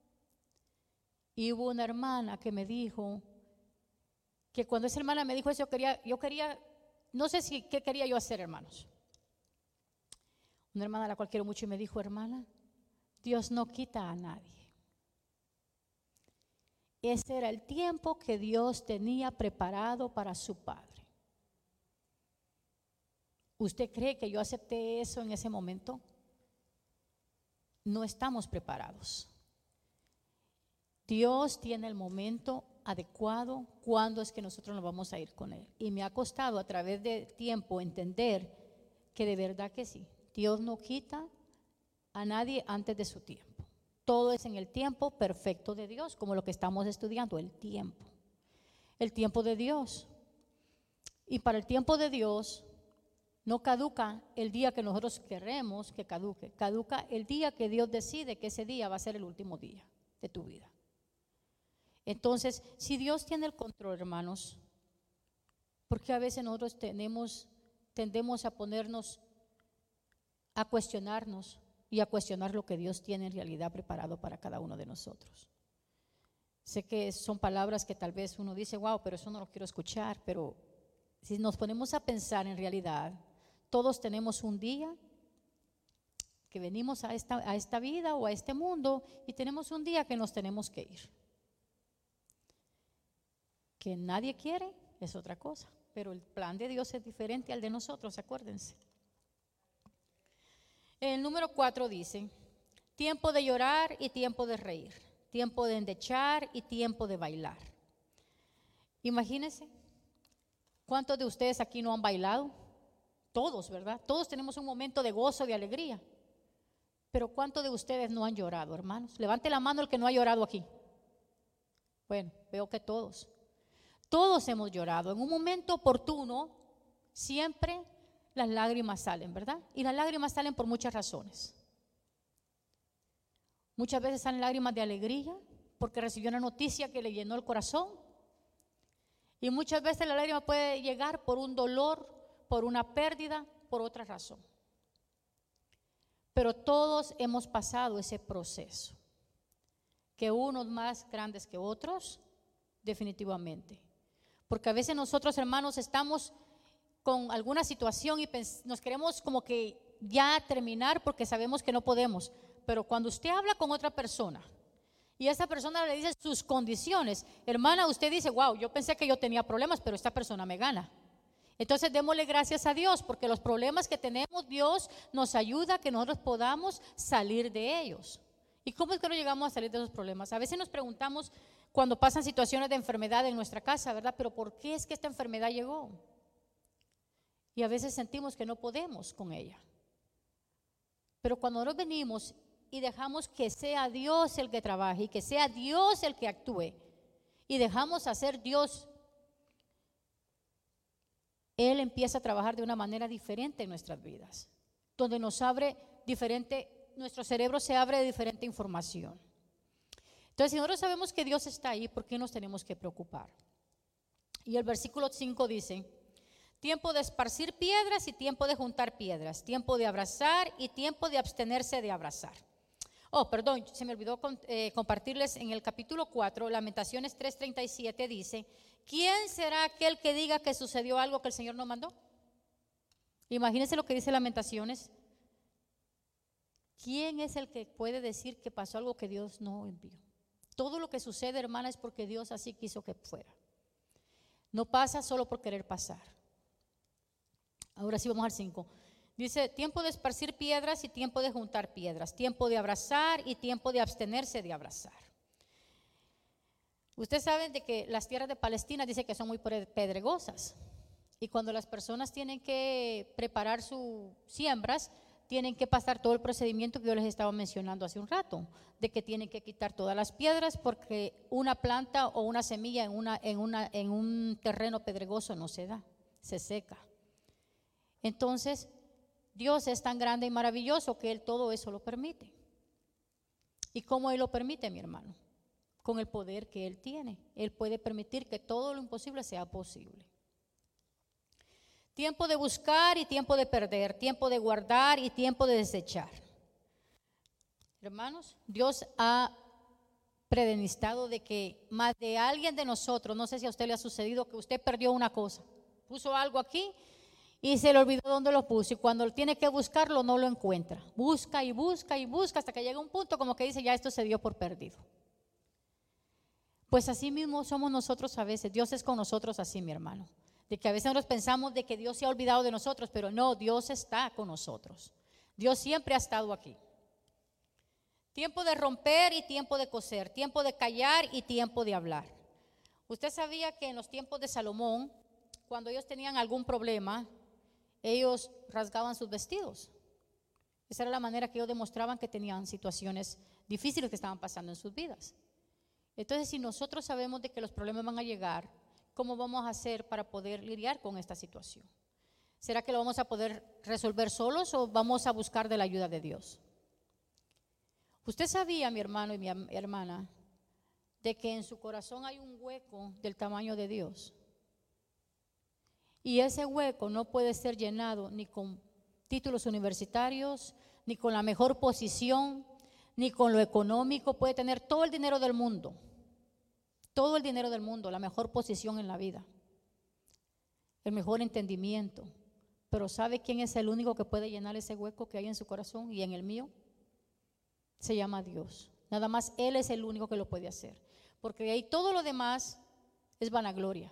Y hubo una hermana que me dijo, que cuando esa hermana me dijo eso, yo quería, yo quería, no sé si qué quería yo hacer, hermanos. Una hermana a la cual quiero mucho y me dijo, hermana, Dios no quita a nadie. Ese era el tiempo que Dios tenía preparado para su padre. ¿Usted cree que yo acepté eso en ese momento? No estamos preparados. Dios tiene el momento adecuado cuando es que nosotros nos vamos a ir con Él. Y me ha costado a través del tiempo entender que de verdad que sí, Dios no quita a nadie antes de su tiempo. Todo es en el tiempo perfecto de Dios, como lo que estamos estudiando, el tiempo. El tiempo de Dios. Y para el tiempo de Dios no caduca el día que nosotros queremos que caduque. Caduca el día que Dios decide que ese día va a ser el último día de tu vida. Entonces, si Dios tiene el control, hermanos, ¿por qué a veces nosotros tenemos, tendemos a ponernos, a cuestionarnos y a cuestionar lo que Dios tiene en realidad preparado para cada uno de nosotros? Sé que son palabras que tal vez uno dice, wow, pero eso no lo quiero escuchar, pero si nos ponemos a pensar en realidad, todos tenemos un día que venimos a esta, a esta vida o a este mundo y tenemos un día que nos tenemos que ir. Que nadie quiere es otra cosa, pero el plan de Dios es diferente al de nosotros, acuérdense. El número cuatro dice, tiempo de llorar y tiempo de reír, tiempo de endechar y tiempo de bailar. Imagínense, ¿cuántos de ustedes aquí no han bailado? Todos, ¿verdad? Todos tenemos un momento de gozo, de alegría. Pero ¿cuántos de ustedes no han llorado, hermanos? Levante la mano el que no ha llorado aquí. Bueno, veo que todos. Todos hemos llorado. En un momento oportuno, siempre las lágrimas salen, ¿verdad? Y las lágrimas salen por muchas razones. Muchas veces salen lágrimas de alegría porque recibió una noticia que le llenó el corazón. Y muchas veces la lágrima puede llegar por un dolor, por una pérdida, por otra razón. Pero todos hemos pasado ese proceso. Que unos más grandes que otros, definitivamente. Porque a veces nosotros, hermanos, estamos con alguna situación y nos queremos como que ya terminar porque sabemos que no podemos. Pero cuando usted habla con otra persona y esa persona le dice sus condiciones, hermana, usted dice, wow, yo pensé que yo tenía problemas, pero esta persona me gana. Entonces démosle gracias a Dios porque los problemas que tenemos, Dios nos ayuda a que nosotros podamos salir de ellos. ¿Y cómo es que no llegamos a salir de esos problemas? A veces nos preguntamos cuando pasan situaciones de enfermedad en nuestra casa, ¿verdad? Pero ¿por qué es que esta enfermedad llegó? Y a veces sentimos que no podemos con ella. Pero cuando nosotros venimos y dejamos que sea Dios el que trabaje y que sea Dios el que actúe y dejamos hacer Dios, Él empieza a trabajar de una manera diferente en nuestras vidas, donde nos abre diferente, nuestro cerebro se abre de diferente información. Entonces, si nosotros sabemos que Dios está ahí, ¿por qué nos tenemos que preocupar? Y el versículo cinco dice, tiempo de esparcir piedras y tiempo de juntar piedras, tiempo de abrazar y tiempo de abstenerse de abrazar. Oh, perdón, se me olvidó con, eh, compartirles en el capítulo cuatro, Lamentaciones tres treinta y siete dice, ¿quién será aquel que diga que sucedió algo que el Señor no mandó? Imagínense lo que dice Lamentaciones. ¿Quién es el que puede decir que pasó algo que Dios no envió? Todo lo que sucede, hermana, es porque Dios así quiso que fuera. No pasa solo por querer pasar. Ahora sí vamos al cinco. Dice, tiempo de esparcir piedras y tiempo de juntar piedras, tiempo de abrazar y tiempo de abstenerse de abrazar. Ustedes saben de que las tierras de Palestina dice que son muy pedregosas y cuando las personas tienen que preparar sus siembras, tienen que pasar todo el procedimiento que yo les estaba mencionando hace un rato, de que tienen que quitar todas las piedras porque una planta o una semilla en, una, en, una, en un terreno pedregoso no se da, se seca. Entonces, Dios es tan grande y maravilloso que Él todo eso lo permite. ¿Y cómo Él lo permite, mi hermano? Con el poder que Él tiene. Él puede permitir que todo lo imposible sea posible. Tiempo de buscar y tiempo de perder, tiempo de guardar y tiempo de desechar. Hermanos, Dios ha predestinado de que más de alguien de nosotros, no sé si a usted le ha sucedido que usted perdió una cosa, puso algo aquí y se le olvidó dónde lo puso, y cuando tiene que buscarlo no lo encuentra. Busca y busca y busca hasta que llega un punto como que dice, ya esto se dio por perdido. Pues así mismo somos nosotros a veces. Dios es con nosotros así, mi hermano. De que a veces nosotros pensamos de que Dios se ha olvidado de nosotros, pero no, Dios está con nosotros. Dios siempre ha estado aquí. Tiempo de romper y tiempo de coser, tiempo de callar y tiempo de hablar. Usted sabía que en los tiempos de Salomón, cuando ellos tenían algún problema, ellos rasgaban sus vestidos. Esa era la manera que ellos demostraban que tenían situaciones difíciles que estaban pasando en sus vidas. Entonces, si nosotros sabemos de que los problemas van a llegar, ¿cómo vamos a hacer para poder lidiar con esta situación? ¿Será que lo vamos a poder resolver solos o vamos a buscar de la ayuda de Dios? Usted sabía, mi hermano y mi hermana, de que en su corazón hay un hueco del tamaño de Dios. Y ese hueco no puede ser llenado ni con títulos universitarios, ni con la mejor posición, ni con lo económico. Puede tener todo el dinero del mundo, todo el dinero del mundo, la mejor posición en la vida, el mejor entendimiento. Pero ¿sabe quién es el único que puede llenar ese hueco que hay en su corazón y en el mío? Se llama Dios. Nada más Él es el único que lo puede hacer. Porque ahí todo lo demás es vanagloria.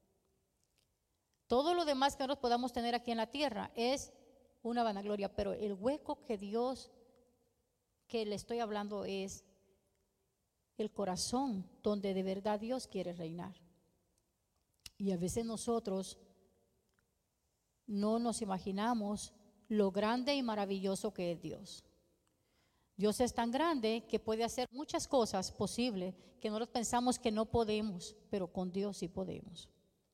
Todo lo demás que nosotros podamos tener aquí en la tierra es una vanagloria. Pero el hueco que Dios, que le estoy hablando, es el corazón donde de verdad Dios quiere reinar. Y a veces nosotros no nos imaginamos lo grande y maravilloso que es Dios. Dios es tan grande que puede hacer muchas cosas posibles que nosotros pensamos que no podemos, pero con Dios sí podemos.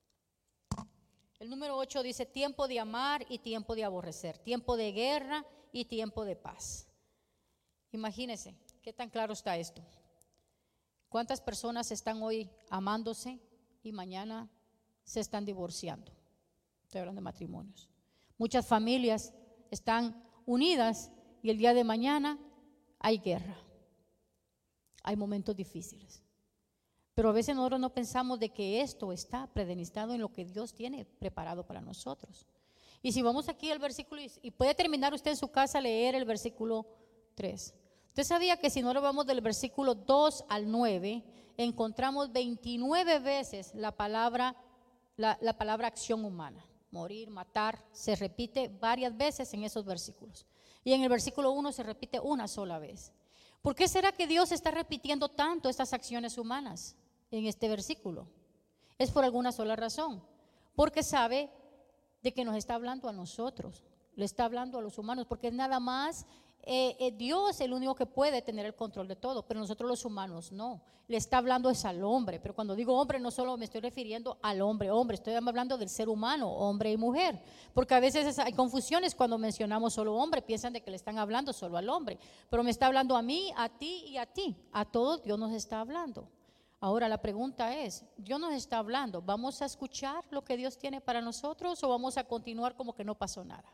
El número ocho dice tiempo de amar y tiempo de aborrecer, tiempo de guerra y tiempo de paz. Imagínense, ¿qué tan claro está esto? ¿Cuántas personas están hoy amándose y mañana se están divorciando? Estoy hablando de matrimonios. Muchas familias están unidas y el día de mañana hay guerra, hay momentos difíciles. Pero a veces nosotros no pensamos de que esto está predestinado en lo que Dios tiene preparado para nosotros. Y si vamos aquí al versículo, y puede terminar usted en su casa a leer el versículo tres. Usted sabía que si nosotros vamos del versículo dos al nueve, encontramos veintinueve veces la palabra, la, la palabra acción humana. Morir, matar, se repite varias veces en esos versículos. Y en el versículo uno se repite una sola vez. ¿Por qué será que Dios está repitiendo tanto estas acciones humanas en este versículo? Es por alguna sola razón. Porque sabe de que nos está hablando a nosotros, le está hablando a los humanos, porque es nada más eh, eh, Dios el único que puede tener el control de todo, pero nosotros los humanos no. Le está hablando es al hombre, pero cuando digo hombre no solo me estoy refiriendo al hombre, hombre, estoy hablando del ser humano, hombre y mujer, porque a veces hay confusiones cuando mencionamos solo hombre, piensan de que le están hablando solo al hombre, pero me está hablando a mí, a ti y a ti, a todos Dios nos está hablando. Ahora la pregunta es, Dios nos está hablando, ¿vamos a escuchar lo que Dios tiene para nosotros o vamos a continuar como que no pasó nada?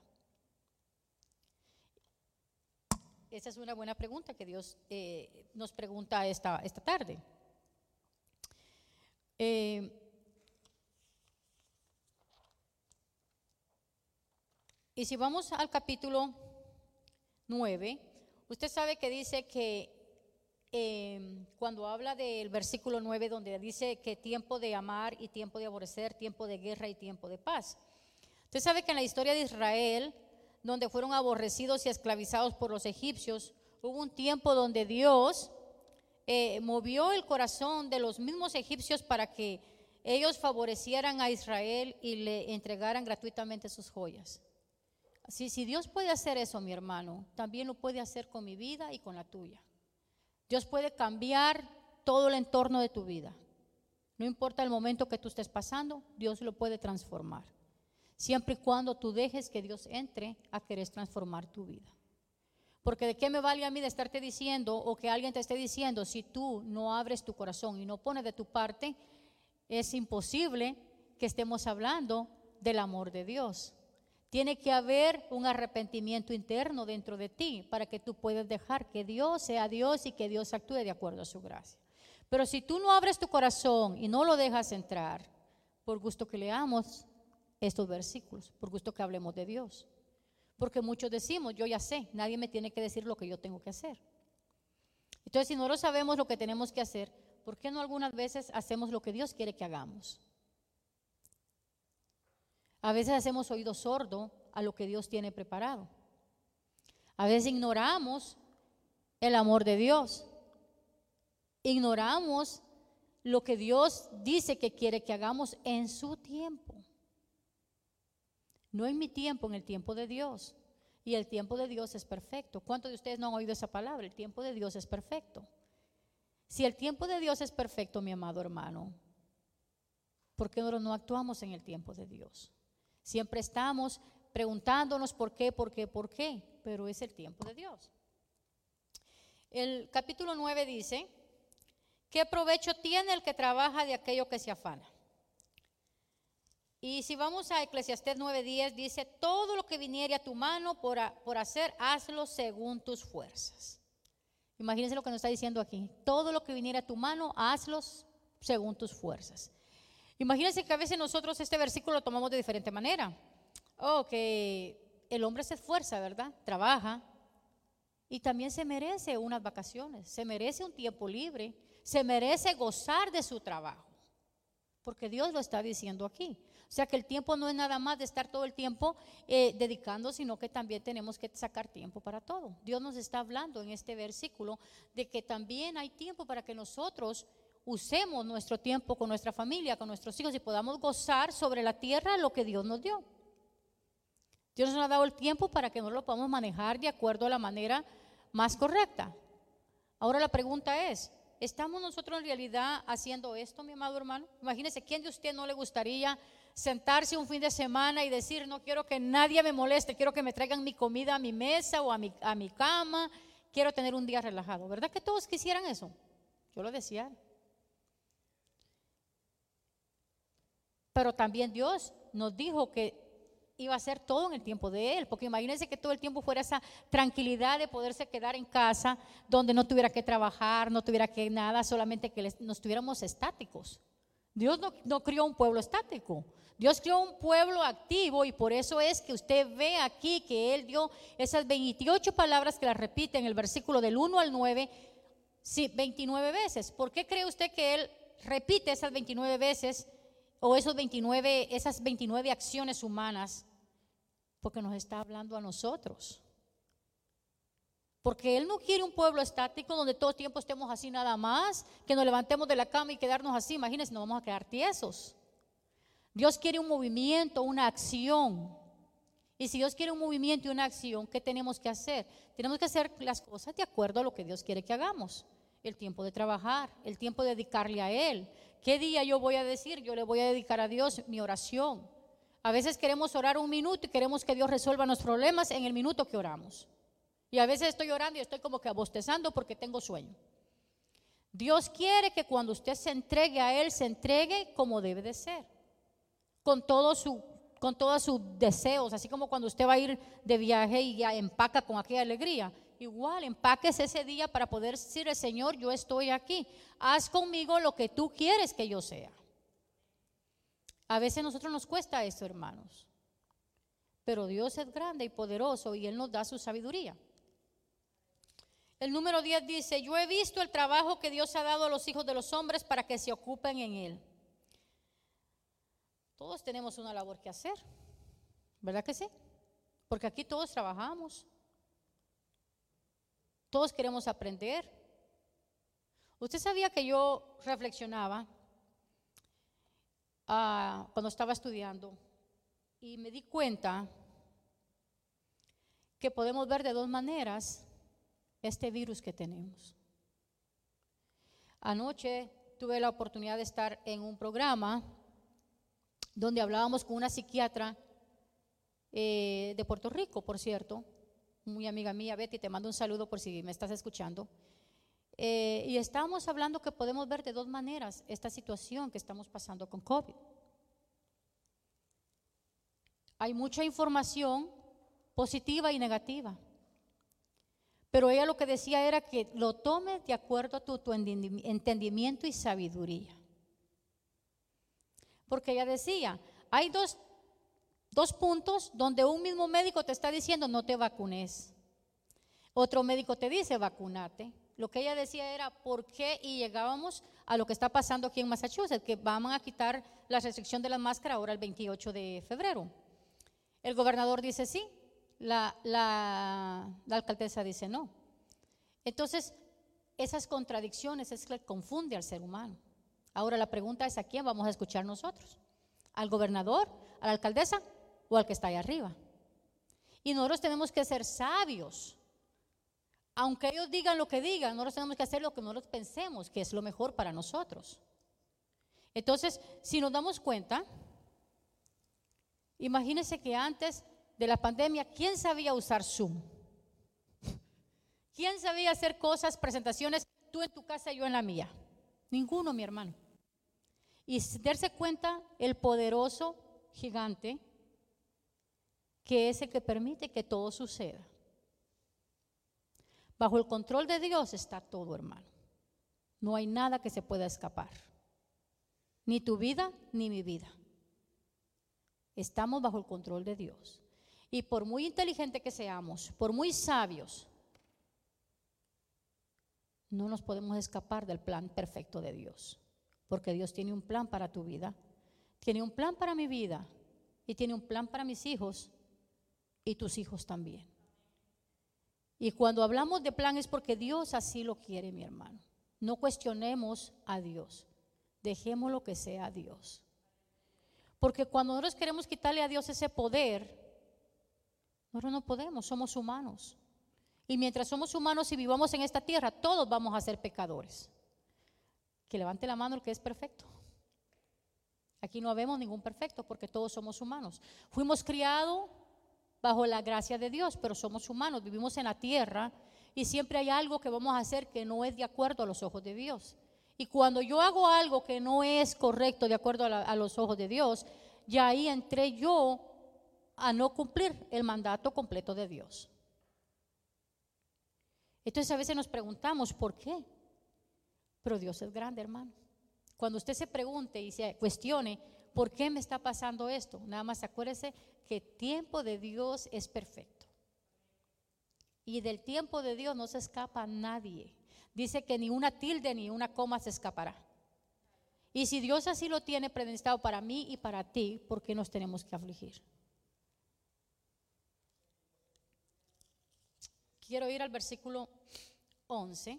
Esa es una buena pregunta que Dios eh, nos pregunta esta, esta tarde. Eh, y si vamos al capítulo nueve, usted sabe que dice que eh, cuando habla del versículo nueve, donde dice que tiempo de amar y tiempo de aborrecer, tiempo de guerra y tiempo de paz. Usted sabe que en la historia de Israel, donde fueron aborrecidos y esclavizados por los egipcios, hubo un tiempo donde Dios eh, movió el corazón de los mismos egipcios para que ellos favorecieran a Israel y le entregaran gratuitamente sus joyas. Así, si Dios puede hacer eso, mi hermano, también lo puede hacer con mi vida y con la tuya. Dios puede cambiar todo el entorno de tu vida. No importa el momento que tú estés pasando, Dios lo puede transformar. siempre y cuando tú dejes que Dios entre a querer transformar tu vida. Porque de qué me vale a mí de estarte diciendo o que alguien te esté diciendo si tú no abres tu corazón y no pones de tu parte, es imposible que estemos hablando del amor de Dios. Tiene que haber un arrepentimiento interno dentro de ti para que tú puedas dejar que Dios sea Dios y que Dios actúe de acuerdo a su gracia. Pero si tú no abres tu corazón y no lo dejas entrar, por gusto que leamos estos versículos, por gusto que hablemos de Dios. Porque muchos decimos, yo ya sé, nadie me tiene que decir lo que yo tengo que hacer. Entonces, si no lo sabemos lo que tenemos que hacer, ¿por qué no algunas veces hacemos lo que Dios quiere que hagamos? A veces hacemos oído sordo a lo que Dios tiene preparado. A veces ignoramos el amor de Dios. Ignoramos lo que Dios dice que quiere que hagamos en su tiempo. No en mi tiempo, en el tiempo de Dios. Y el tiempo de Dios es perfecto. ¿Cuántos de ustedes no han oído esa palabra? El tiempo de Dios es perfecto. Si el tiempo de Dios es perfecto, mi amado hermano, ¿por qué nosotros no actuamos en el tiempo de Dios? Siempre estamos preguntándonos por qué, por qué, por qué, pero es el tiempo de Dios. El capítulo nueve dice, ¿qué provecho tiene el que trabaja de aquello que se afana? Y si vamos a Eclesiastés nueve diez, dice, todo lo que viniere a tu mano por, a, por hacer, hazlo según tus fuerzas. Imagínense lo que nos está diciendo aquí. Todo lo que viniere a tu mano, hazlo según tus fuerzas. Imagínense que a veces nosotros este versículo lo tomamos de diferente manera. Oh, que el hombre se esfuerza, ¿verdad? Trabaja y también se merece unas vacaciones, se merece un tiempo libre, se merece gozar de su trabajo. Porque Dios lo está diciendo aquí. O sea que el tiempo no es nada más de estar todo el tiempo eh, dedicando, sino que también tenemos que sacar tiempo para todo. Dios nos está hablando en este versículo de que también hay tiempo para que nosotros usemos nuestro tiempo con nuestra familia, con nuestros hijos y podamos gozar sobre la tierra lo que Dios nos dio. Dios nos ha dado el tiempo para que nosotros lo podamos manejar de acuerdo a la manera más correcta. Ahora la pregunta es, ¿estamos nosotros en realidad haciendo esto, mi amado hermano? Imagínese, ¿quién de usted no le gustaría sentarse un fin de semana y decir, no quiero que nadie me moleste, quiero que me traigan mi comida a mi mesa o a mi, a mi cama, quiero tener un día relajado? ¿Verdad que todos quisieran eso? Yo lo decía. Pero también Dios nos dijo que iba a hacer todo en el tiempo de Él, porque imagínense que todo el tiempo fuera esa tranquilidad de poderse quedar en casa, donde no tuviera que trabajar, no tuviera que nada, solamente que nos tuviéramos estáticos. Dios no, no crió un pueblo estático, Dios creó un pueblo activo y por eso es que usted ve aquí que Él dio esas veintiocho palabras que las repite en el versículo del uno al nueve, sí, veintinueve veces. ¿Por qué cree usted que Él repite esas veintinueve veces? O esos veintinueve, esas veintinueve acciones humanas, porque nos está hablando a nosotros. Porque Él no quiere un pueblo estático donde todo el tiempo estemos así nada más, que nos levantemos de la cama y quedarnos así. Imagínense, nos vamos a quedar tiesos. Dios quiere un movimiento, una acción. Y si Dios quiere un movimiento y una acción, ¿qué tenemos que hacer? Tenemos que hacer las cosas de acuerdo a lo que Dios quiere que hagamos. El tiempo de trabajar, el tiempo de dedicarle a Él. ¿Qué día yo voy a decir? Yo le voy a dedicar a Dios mi oración. A veces queremos orar un minuto y queremos que Dios resuelva nuestros problemas en el minuto que oramos. Y a veces estoy orando y estoy como que bostezando porque tengo sueño. Dios quiere que cuando usted se entregue a Él, se entregue como debe de ser. Con todo su, con todos sus deseos, así como cuando usted va a ir de viaje y ya empaca con aquella alegría. Igual, empaques ese día para poder decirle, Señor, yo estoy aquí. Haz conmigo lo que tú quieres que yo sea. A veces a nosotros nos cuesta eso, hermanos. Pero Dios es grande y poderoso y Él nos da su sabiduría. El número diez dice, yo he visto el trabajo que Dios ha dado a los hijos de los hombres para que se ocupen en Él. Todos tenemos una labor que hacer, ¿verdad que sí? Porque aquí todos trabajamos. Todos queremos aprender. Usted sabía que yo reflexionaba uh, cuando estaba estudiando y me di cuenta que podemos ver de dos maneras este virus que tenemos. Anoche tuve la oportunidad de estar en un programa donde hablábamos con una psiquiatra eh, de Puerto Rico, por cierto, muy amiga mía, Betty, te mando un saludo por si me estás escuchando. Eh, y estábamos hablando que podemos ver de dos maneras esta situación que estamos pasando con COVID. Hay mucha información positiva y negativa, pero ella lo que decía era que lo tomes de acuerdo a tu, tu entendimiento y sabiduría. Porque ella decía, hay dos, dos puntos donde un mismo médico te está diciendo no te vacunes. Otro médico te dice vacunate. Lo que ella decía era por qué, y llegábamos a lo que está pasando aquí en Massachusetts, que van a quitar la restricción de la máscara ahora el veintiocho de febrero. El gobernador dice sí, la, la, la alcaldesa dice no. Entonces, esas contradicciones es que confunde al ser humano. Ahora la pregunta es, ¿a quién vamos a escuchar nosotros? ¿Al gobernador, a la alcaldesa o al que está ahí arriba? Y nosotros tenemos que ser sabios. Aunque ellos digan lo que digan, nosotros tenemos que hacer lo que nosotros pensemos que es lo mejor para nosotros. Entonces, si nos damos cuenta, imagínense que antes de la pandemia, ¿quién sabía usar Zoom? ¿Quién sabía hacer cosas, presentaciones, tú en tu casa y yo en la mía? Ninguno, mi hermano. Y darse cuenta el poderoso gigante que es el que permite que todo suceda. Bajo el control de Dios está todo, hermano. No hay nada que se pueda escapar. Ni tu vida, ni mi vida. Estamos bajo el control de Dios. Y por muy inteligente que seamos, por muy sabios, no nos podemos escapar del plan perfecto de Dios. Porque Dios tiene un plan para tu vida, tiene un plan para mi vida y tiene un plan para mis hijos y tus hijos también. Y cuando hablamos de plan es porque Dios así lo quiere, mi hermano. No cuestionemos a Dios, dejemos lo que sea Dios. Porque cuando nosotros queremos quitarle a Dios ese poder, nosotros no podemos, somos humanos. Y mientras somos humanos y vivamos en esta tierra, todos vamos a ser pecadores. Que levante la mano el que es perfecto. Aquí no habemos ningún perfecto porque todos somos humanos. Fuimos criados bajo la gracia de Dios, pero somos humanos, vivimos en la tierra y siempre hay algo que vamos a hacer que no es de acuerdo a los ojos de Dios. Y cuando yo hago algo que no es correcto de acuerdo a, la, a los ojos de Dios, ya ahí entré yo a no cumplir el mandato completo de Dios. Entonces a veces nos preguntamos, ¿por qué? Pero Dios es grande, hermano. Cuando usted se pregunte y se cuestione, ¿por qué me está pasando esto? Nada más acuérdese que el tiempo de Dios es perfecto. Y del tiempo de Dios no se escapa nadie. Dice que ni una tilde ni una coma se escapará. Y si Dios así lo tiene predestinado para mí y para ti, ¿por qué nos tenemos que afligir? Quiero ir al versículo once.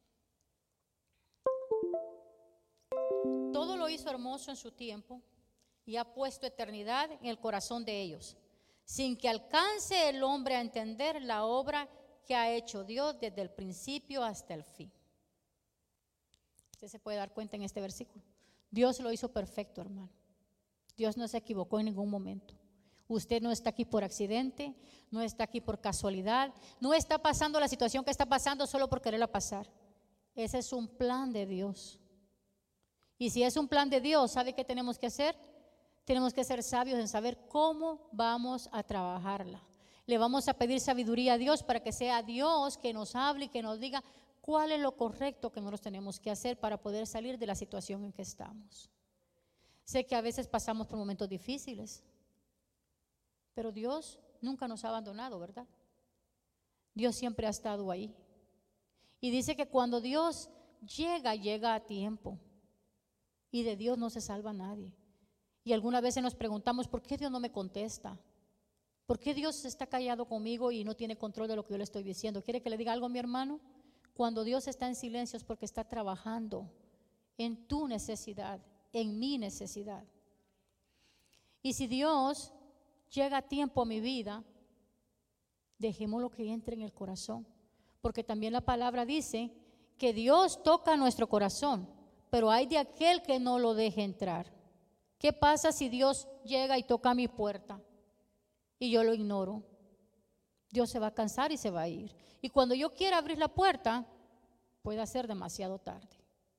Todo lo hizo hermoso en su tiempo y ha puesto eternidad en el corazón de ellos, sin que alcance el hombre a entender la obra que ha hecho Dios desde el principio hasta el fin. Usted se puede dar cuenta en este versículo. Dios lo hizo perfecto, hermano. Dios no se equivocó en ningún momento. Usted no está aquí por accidente, no está aquí por casualidad, no está pasando la situación que está pasando solo por quererla pasar. Ese es un plan de Dios. Y si es un plan de Dios, ¿sabe qué tenemos que hacer? Tenemos que ser sabios en saber cómo vamos a trabajarla. Le vamos a pedir sabiduría a Dios para que sea Dios que nos hable y que nos diga cuál es lo correcto que nosotros tenemos que hacer para poder salir de la situación en que estamos. Sé que a veces pasamos por momentos difíciles, pero Dios nunca nos ha abandonado, ¿verdad? Dios siempre ha estado ahí. Y dice que cuando Dios llega, llega a tiempo. Y de Dios no se salva nadie. Y algunas veces nos preguntamos, ¿por qué Dios no me contesta? ¿Por qué Dios está callado conmigo y no tiene control de lo que yo le estoy diciendo? ¿Quiere que le diga algo a mi hermano? Cuando Dios está en silencio es porque está trabajando en tu necesidad, en mi necesidad. Y si Dios llega a tiempo a mi vida, dejémoslo que entre en el corazón. Porque también la palabra dice que Dios toca nuestro corazón, pero hay de aquel que no lo deje entrar. ¿Qué pasa si Dios llega y toca mi puerta? y yo lo ignoro, Dios se va a cansar y se va a ir. Y cuando yo quiera abrir la puerta, puede ser demasiado tarde.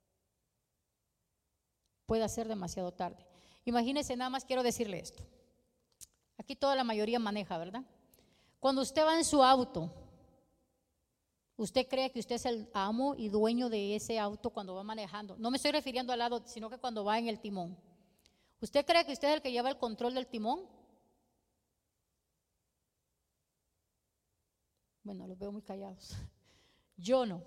Puede ser demasiado tarde. Imagínense, nada más quiero decirle esto. Aquí toda la mayoría maneja, ¿verdad? Cuando usted va en su auto, usted cree que usted es el amo y dueño de ese auto cuando va manejando. No me estoy refiriendo al lado, sino que cuando va en el timón. ¿Usted cree que usted es el que lleva el control del timón? Bueno, los veo muy callados. Yo no.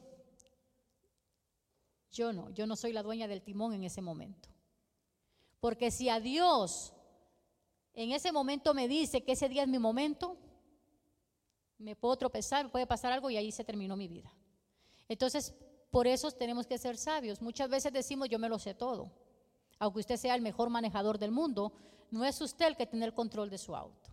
Yo no. Yo no soy la dueña del timón en ese momento. Porque si a Dios en ese momento me dice que ese día es mi momento, me puedo tropezar, me puede pasar algo y ahí se terminó mi vida. Entonces, por eso tenemos que ser sabios. Muchas veces decimos, yo me lo sé todo. Aunque usted sea el mejor manejador del mundo, no es usted el que tiene el control de su auto.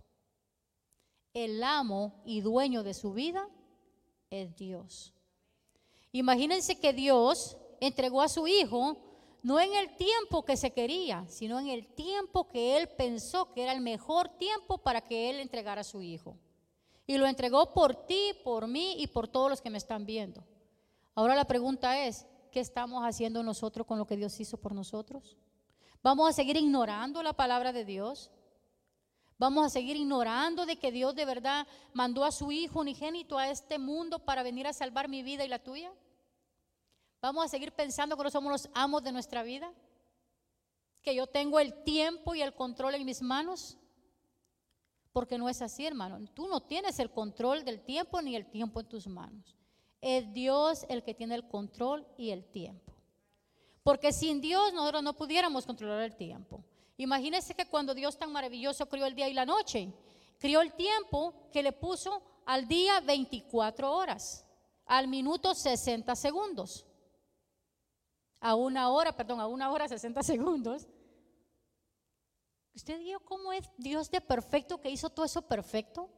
El amo y dueño de su vida es Dios. Imagínense que Dios entregó a su hijo no en el tiempo que se quería, sino en el tiempo que él pensó que era el mejor tiempo para que él entregara a su hijo. Y lo entregó por ti, por mí y por todos los que me están viendo. Ahora la pregunta es, ¿qué estamos haciendo nosotros con lo que Dios hizo por nosotros? ¿Vamos a seguir ignorando la palabra de Dios? ¿Vamos a seguir ignorando de que Dios de verdad mandó a su hijo unigénito a este mundo para venir a salvar mi vida y la tuya? ¿Vamos a seguir pensando que no somos los amos de nuestra vida? ¿Que yo tengo el tiempo y el control en mis manos? Porque no es así, hermano. Tú no tienes el control del tiempo ni el tiempo en tus manos. Es Dios el que tiene el control y el tiempo. Porque sin Dios nosotros no pudiéramos controlar el tiempo. Imagínense que cuando Dios tan maravilloso crió el día y la noche, crió el tiempo que le puso al día veinticuatro horas, al minuto sesenta segundos, a una hora, perdón, a una hora sesenta segundos. ¿Usted vio cómo es Dios de perfecto que hizo todo eso perfecto?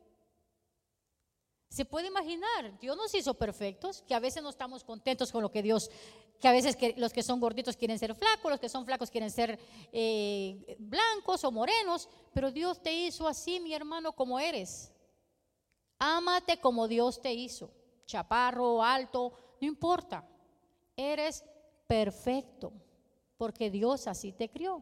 ¿Se puede imaginar? Dios nos hizo perfectos, que a veces no estamos contentos con lo que Dios, que a veces que los que son gorditos quieren ser flacos, los que son flacos quieren ser eh, blancos o morenos, pero Dios te hizo así, mi hermano, como eres. Ámate como Dios te hizo, chaparro, alto, no importa, eres perfecto, porque Dios así te crió.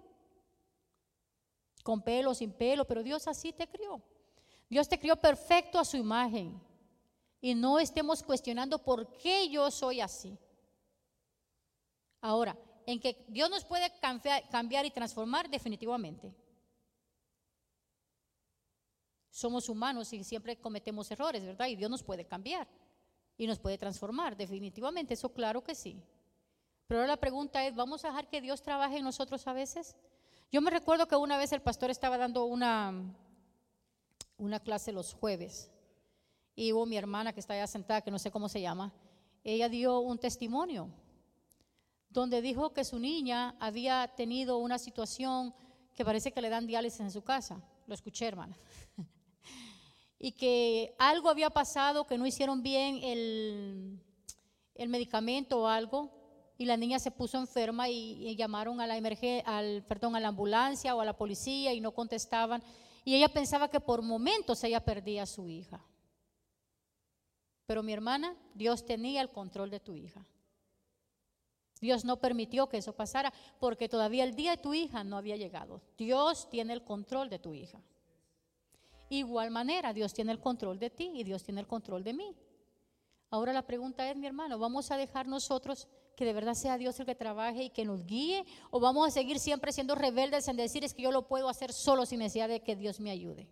Con pelo, sin pelo, pero Dios así te crió. Dios te crió perfecto a su imagen. Y no estemos cuestionando por qué yo soy así. Ahora, en que Dios nos puede cambiar, cambiar y transformar, definitivamente. Somos humanos y siempre cometemos errores, ¿verdad? Y Dios nos puede cambiar y nos puede transformar, definitivamente, eso claro que sí. Pero ahora la pregunta es, ¿vamos a dejar que Dios trabaje en nosotros a veces? Yo me recuerdo que una vez el pastor estaba dando una, una clase los jueves y hubo mi hermana que está allá sentada, que no sé cómo se llama, ella dio un testimonio donde dijo que su niña había tenido una situación que parece que le dan diálisis en su casa. Lo escuché, hermana. Y que algo había pasado, que no hicieron bien el, el medicamento o algo, y la niña se puso enferma y, y llamaron a la emergen- al, perdón, a la ambulancia o a la policía y no contestaban. Y ella pensaba que por momentos ella perdía a su hija. Pero mi hermana, Dios tenía el control de tu hija. Dios no permitió que eso pasara porque todavía el día de tu hija no había llegado. Dios tiene el control de tu hija. Igual manera, Dios tiene el control de ti y Dios tiene el control de mí. Ahora la pregunta es, mi hermano, ¿vamos a dejar nosotros que de verdad sea Dios el que trabaje y que nos guíe? ¿O vamos a seguir siempre siendo rebeldes en decir es que yo lo puedo hacer solo sin necesidad de que Dios me ayude?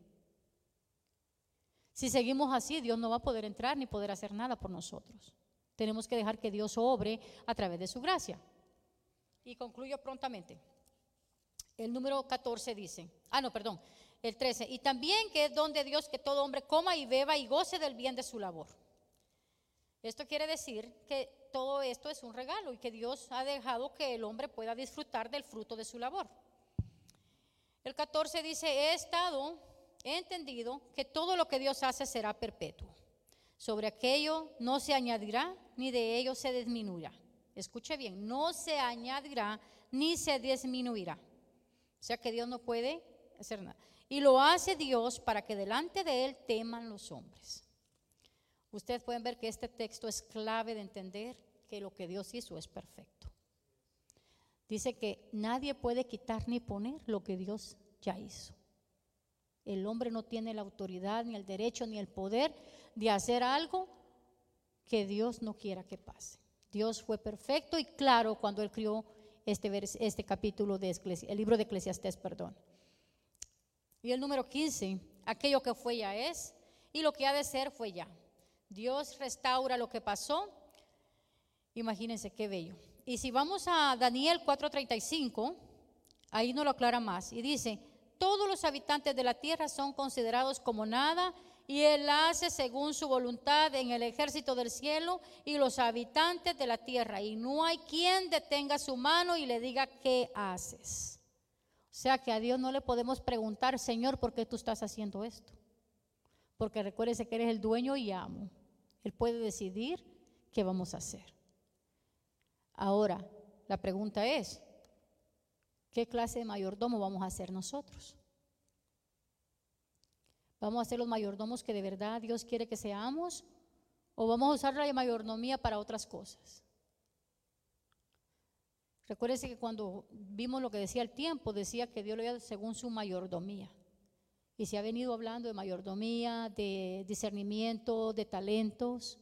Si seguimos así, Dios no va a poder entrar ni poder hacer nada por nosotros. Tenemos que dejar que Dios obre a través de su gracia. Y concluyo prontamente. El número catorce dice, ah no, perdón, el trece, y también que es don de Dios que todo hombre coma y beba y goce del bien de su labor. Esto quiere decir que todo esto es un regalo y que Dios ha dejado que el hombre pueda disfrutar del fruto de su labor. El catorce dice, he estado, he entendido que todo lo que Dios hace será perpetuo. Sobre aquello no se añadirá ni de ello se disminuirá. Escuche bien, no se añadirá ni se disminuirá. O sea que Dios no puede hacer nada. Y lo hace Dios para que delante de Él teman los hombres. Ustedes pueden ver que este texto es clave de entender que lo que Dios hizo es perfecto. Dice que nadie puede quitar ni poner lo que Dios ya hizo. El hombre no tiene la autoridad, ni el derecho, ni el poder de hacer algo que Dios no quiera que pase. Dios fue perfecto y claro cuando Él crió este, vers- este capítulo de Eclesi- el libro de Eclesiastés, perdón. Y el número quince, aquello que fue ya es, y lo que ha de ser fue ya. Dios restaura lo que pasó. Imagínense qué bello. Y si vamos a Daniel cuatro treinta y cinco, ahí nos lo aclara más. Y dice, todos los habitantes de la tierra son considerados como nada, y Él hace según su voluntad en el ejército del cielo y los habitantes de la tierra. Y no hay quien detenga su mano y le diga, ¿qué haces? O sea que a Dios no le podemos preguntar, Señor, ¿por qué tú estás haciendo esto? Porque recuérdese que eres el dueño y amo. Él puede decidir qué vamos a hacer. Ahora, la pregunta es, ¿qué clase de mayordomo vamos a ser nosotros? ¿Vamos a ser los mayordomos que de verdad Dios quiere que seamos? ¿O vamos a usar la mayordomía para otras cosas? Recuérdese que cuando vimos lo que decía el tiempo, decía que Dios lo haría según su mayordomía. Y se ha venido hablando de mayordomía, de discernimiento, de talentos.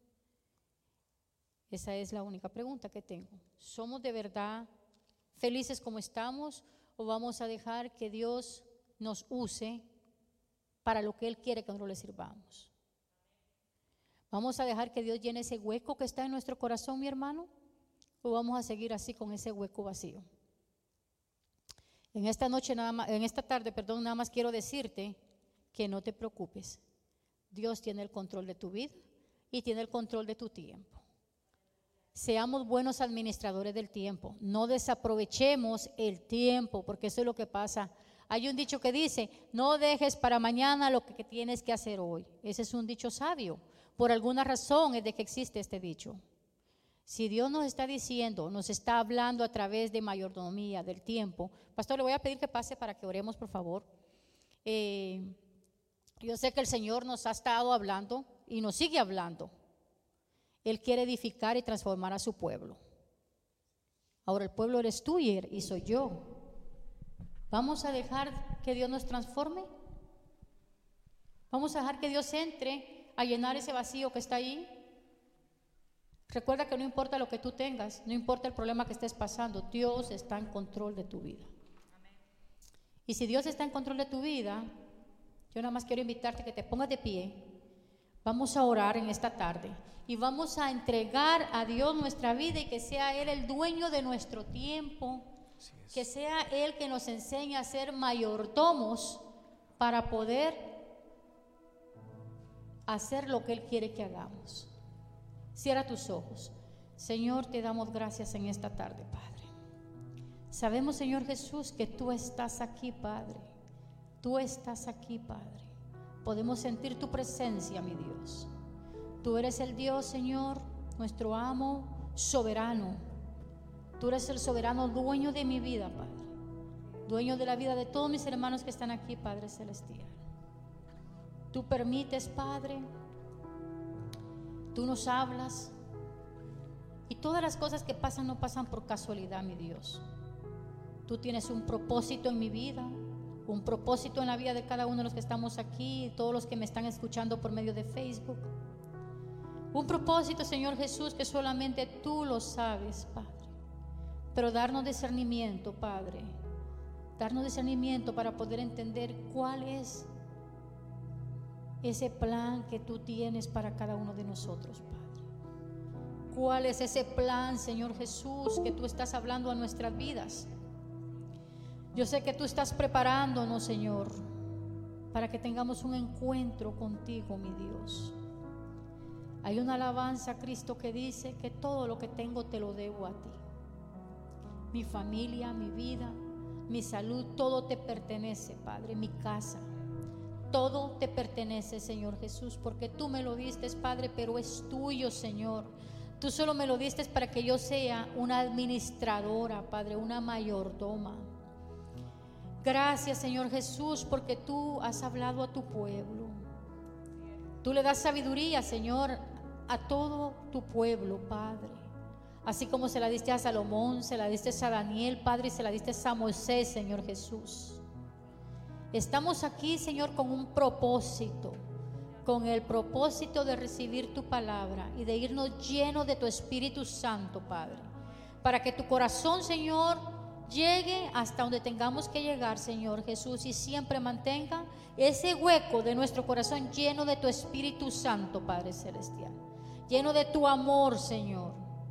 Esa es la única pregunta que tengo. ¿Somos de verdad felices como estamos o vamos a dejar que Dios nos use para lo que Él quiere que nosotros le sirvamos? ¿Vamos a dejar que Dios llene ese hueco que está en nuestro corazón, mi hermano? ¿O vamos a seguir así con ese hueco vacío? En esta noche, nada más, en esta tarde, perdón, nada más quiero decirte que no te preocupes. Dios tiene el control de tu vida y tiene el control de tu tiempo. Seamos buenos administradores del tiempo. No desaprovechemos el tiempo, porque eso es lo que pasa. Hay un dicho que dice, no dejes para mañana lo que tienes que hacer hoy. Ese es un dicho sabio. Por alguna razón es de que existe este dicho. Si Dios nos está diciendo, nos está hablando a través de mayordomía, del tiempo. Pastor, le voy a pedir que pase para que oremos, por favor. Eh, yo sé que el Señor nos ha estado hablando y nos sigue hablando. Él quiere edificar y transformar a su pueblo. Ahora el pueblo eres tú y soy yo. ¿Vamos a dejar que Dios nos transforme? ¿Vamos a dejar que Dios entre a llenar ese vacío que está ahí? Recuerda que no importa lo que tú tengas, no importa el problema que estés pasando, Dios está en control de tu vida. Y si Dios está en control de tu vida, yo nada más quiero invitarte a que te pongas de pie. Vamos a orar en esta tarde y vamos a entregar a Dios nuestra vida y que sea Él el dueño de nuestro tiempo, que sea Él que nos enseñe a ser mayordomos para poder hacer lo que Él quiere que hagamos. Cierra tus ojos. Señor, te damos gracias en esta tarde, Padre. Sabemos, Señor Jesús, que tú estás aquí, Padre. Tú estás aquí, Padre. Podemos sentir tu presencia, mi Dios. Tú eres el Dios, Señor, nuestro amo soberano. Tú eres el soberano dueño de mi vida, Padre. Dueño de la vida de todos mis hermanos que están aquí, Padre Celestial. Tú permites, Padre. Tú nos hablas. Y todas las cosas que pasan no pasan por casualidad, mi Dios. Tú tienes un propósito en mi vida, un propósito en la vida de cada uno de los que estamos aquí y todos los que me están escuchando por medio de Facebook. Un propósito, Señor Jesús, que solamente tú lo sabes, Padre. Pero darnos discernimiento, Padre. Darnos discernimiento para poder entender cuál es ese plan que tú tienes para cada uno de nosotros, Padre. ¿Cuál es ese plan, Señor Jesús, que tú estás hablando a nuestras vidas? Yo sé que tú estás preparándonos, Señor, para que tengamos un encuentro contigo, mi Dios. Hay una alabanza a Cristo que dice que todo lo que tengo te lo debo a ti. Mi familia, mi vida, mi salud, todo te pertenece, Padre, mi casa. Todo te pertenece, Señor Jesús, porque tú me lo diste, Padre, pero es tuyo, Señor. Tú solo me lo diste para que yo sea una administradora, Padre, una mayordoma. Gracias, Señor Jesús, porque tú has hablado a tu pueblo. Tú le das sabiduría, Señor, a todo tu pueblo, Padre. Así como se la diste a Salomón, se la diste a Daniel, Padre, y se la diste a Moisés, Señor Jesús. Estamos aquí, Señor, con un propósito, con el propósito de recibir tu palabra y de irnos llenos de tu Espíritu Santo, Padre, para que tu corazón, Señor, llegue hasta donde tengamos que llegar, Señor Jesús, y siempre mantenga ese hueco de nuestro corazón lleno de tu Espíritu Santo, Padre Celestial, lleno de tu amor, Señor.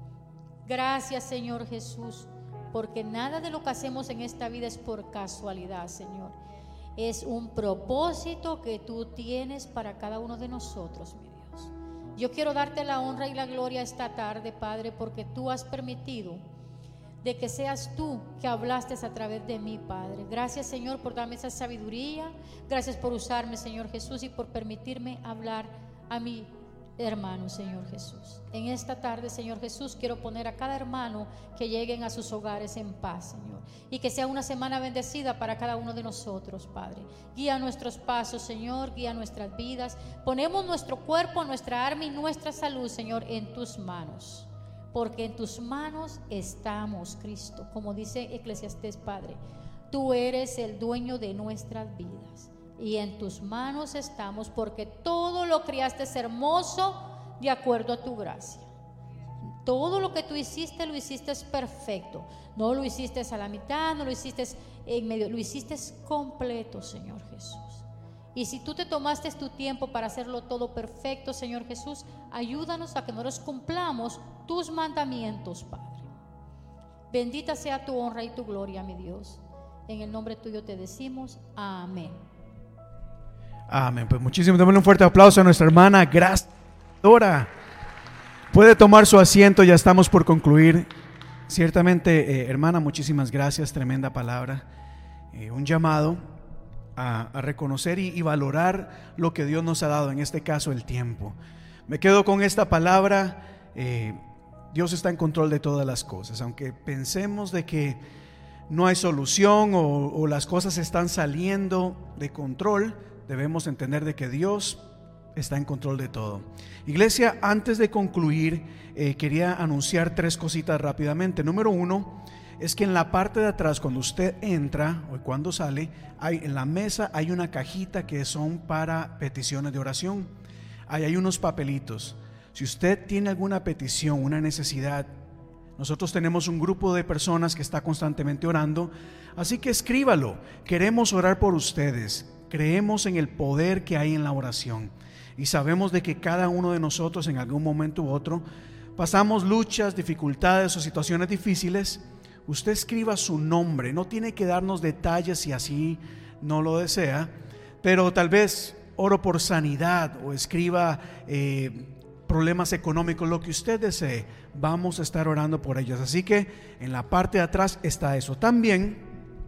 Gracias, Señor Jesús, porque nada de lo que hacemos en esta vida es por casualidad, Señor. Es un propósito que tú tienes para cada uno de nosotros, mi Dios. Yo quiero darte la honra y la gloria esta tarde, Padre, porque tú has permitido de que seas tú que hablaste a través de mí, Padre. Gracias, Señor, por darme esa sabiduría. Gracias por usarme, Señor Jesús, y por permitirme hablar a mi hermano, Señor Jesús. En esta tarde, Señor Jesús, quiero poner a cada hermano que lleguen a sus hogares en paz, Señor, y que sea una semana bendecida para cada uno de nosotros, Padre. Guía nuestros pasos, Señor, guía nuestras vidas. Ponemos nuestro cuerpo, nuestra alma y nuestra salud, Señor, en tus manos, porque en tus manos estamos, Cristo. Como dice Eclesiastés, Padre, tú eres el dueño de nuestras vidas y en tus manos estamos, porque todo lo criaste es hermoso de acuerdo a tu gracia. Todo lo que tú hiciste, lo hiciste perfecto. No lo hiciste a la mitad, no lo hiciste en medio, lo hiciste completo, Señor Jesús. Y si tú te tomaste tu tiempo para hacerlo todo perfecto, Señor Jesús, ayúdanos a que nosotros cumplamos tus mandamientos, Padre. Bendita sea tu honra y tu gloria, mi Dios. En el nombre tuyo te decimos amén. Amén. Pues muchísimo, démosle un fuerte aplauso a nuestra hermana. Gracias, Dora. Puede tomar su asiento, ya estamos por concluir. Ciertamente, eh, hermana, muchísimas gracias, tremenda palabra. Eh, un llamado a, a reconocer y, y valorar lo que Dios nos ha dado, en este caso el tiempo. Me quedo con esta palabra. Eh, Dios está en control de todas las cosas, aunque pensemos de que no hay solución o, o las cosas están saliendo de control. Debemos entender de que Dios está en control de todo. Iglesia, antes de concluir, eh, quería anunciar tres cositas rápidamente. Número uno, es que en la parte de atrás, cuando usted entra o cuando sale, hay, en la mesa hay una cajita que son para peticiones de oración. Ahí hay unos papelitos. Si usted tiene alguna petición, una necesidad, nosotros tenemos un grupo de personas que está constantemente orando, así que escríbalo. Queremos orar por ustedes. Creemos en el poder que hay en la oración y sabemos de que cada uno de nosotros en algún momento u otro pasamos luchas, dificultades o situaciones difíciles. Usted escriba su nombre, no tiene que darnos detalles si así no lo desea, pero tal vez oro por sanidad o escriba eh, problemas económicos, lo que usted desee. Vamos a estar orando por ellos. Así que en la parte de atrás está eso. También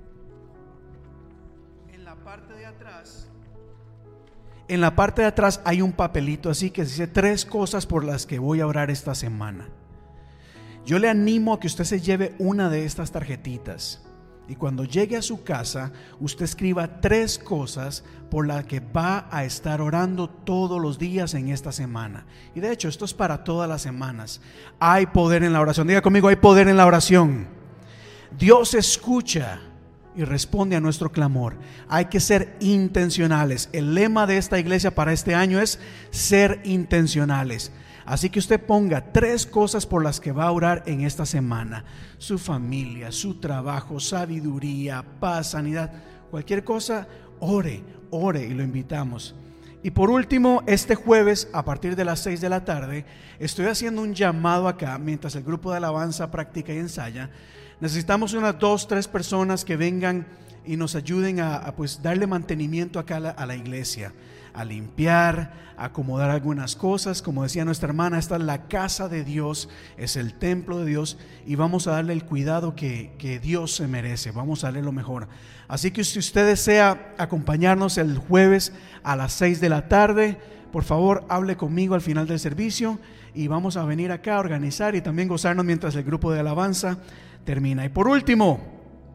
En la parte de atrás hay un papelito así que dice tres cosas por las que voy a orar esta semana. Yo le animo a que usted se lleve una de estas tarjetitas y cuando llegue a su casa usted escriba tres cosas por las que va a estar orando todos los días en esta semana. Y de hecho esto es para todas las semanas. Hay poder en la oración. Diga conmigo, hay poder en la oración. Dios escucha y responde a nuestro clamor. Hay que ser intencionales. El lema de esta iglesia para este año es ser intencionales. Así que usted ponga tres cosas por las que va a orar en esta semana: su familia, su trabajo, sabiduría, paz, sanidad, cualquier cosa. Ore, ore y lo invitamos. Y por último, este jueves a partir de las seis de la tarde estoy haciendo un llamado acá mientras el grupo de alabanza practica y ensaya. Necesitamos unas dos, tres personas que vengan y nos ayuden a, a pues darle mantenimiento acá a la, a la iglesia, a limpiar, a acomodar algunas cosas. Como decía nuestra hermana, esta es la casa de Dios, es el templo de Dios y vamos a darle el cuidado que, que Dios se merece. Vamos a darle lo mejor. Así que si usted desea acompañarnos el jueves a las seis de la tarde, por favor hable conmigo al final del servicio y vamos a venir acá a organizar y también gozarnos mientras el grupo de alabanza termina. Y por último,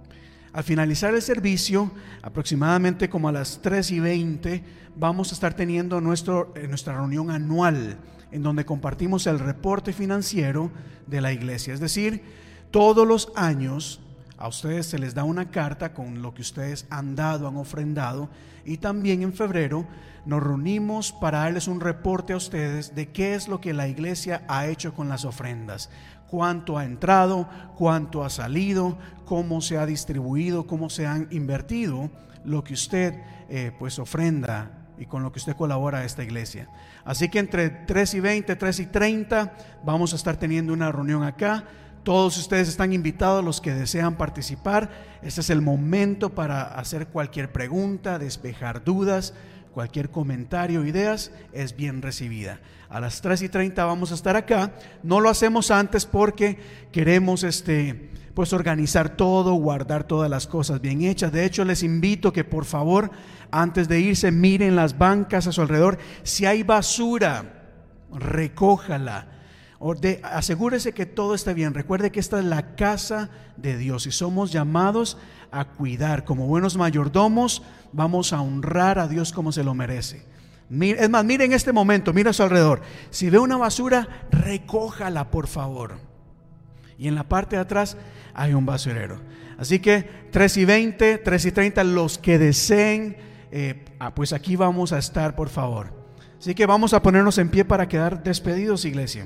Al finalizar el servicio, aproximadamente como a las tres y veinte, vamos a estar teniendo nuestro, eh, nuestra reunión anual, en donde compartimos el reporte financiero de la iglesia. Es decir, todos los años a ustedes se les da una carta con lo que ustedes han dado, han ofrendado, y también en febrero nos reunimos para darles un reporte a ustedes de qué es lo que la iglesia ha hecho con las ofrendas. Cuánto ha entrado, cuánto ha salido, cómo se ha distribuido, cómo se han invertido lo que usted eh, pues ofrenda y con lo que usted colabora a esta iglesia. Así que entre tres y veinte, tres y treinta vamos a estar teniendo una reunión acá. Todos ustedes están invitados, los que desean participar. Este es el momento para hacer cualquier pregunta, despejar dudas, cualquier comentario, ideas, es bien recibida. A las tres y treinta vamos a estar acá. No lo hacemos antes porque queremos este, pues organizar todo, guardar todas las cosas bien hechas. De hecho, les invito que por favor, antes de irse, miren las bancas a su alrededor. Si hay basura, recójala. De, asegúrese que todo está bien. Recuerde que esta es la casa de Dios y somos llamados a cuidar. Como buenos mayordomos, vamos a honrar a Dios como se lo merece. Es más, mire en este momento, mira a su alrededor. Si ve una basura, recójala por favor. Y en la parte de atrás hay un basurero. Así que tres y veinte, tres y treinta, los que deseen, eh, ah, pues aquí vamos a estar por favor. Así que vamos a ponernos en pie para quedar despedidos, iglesia.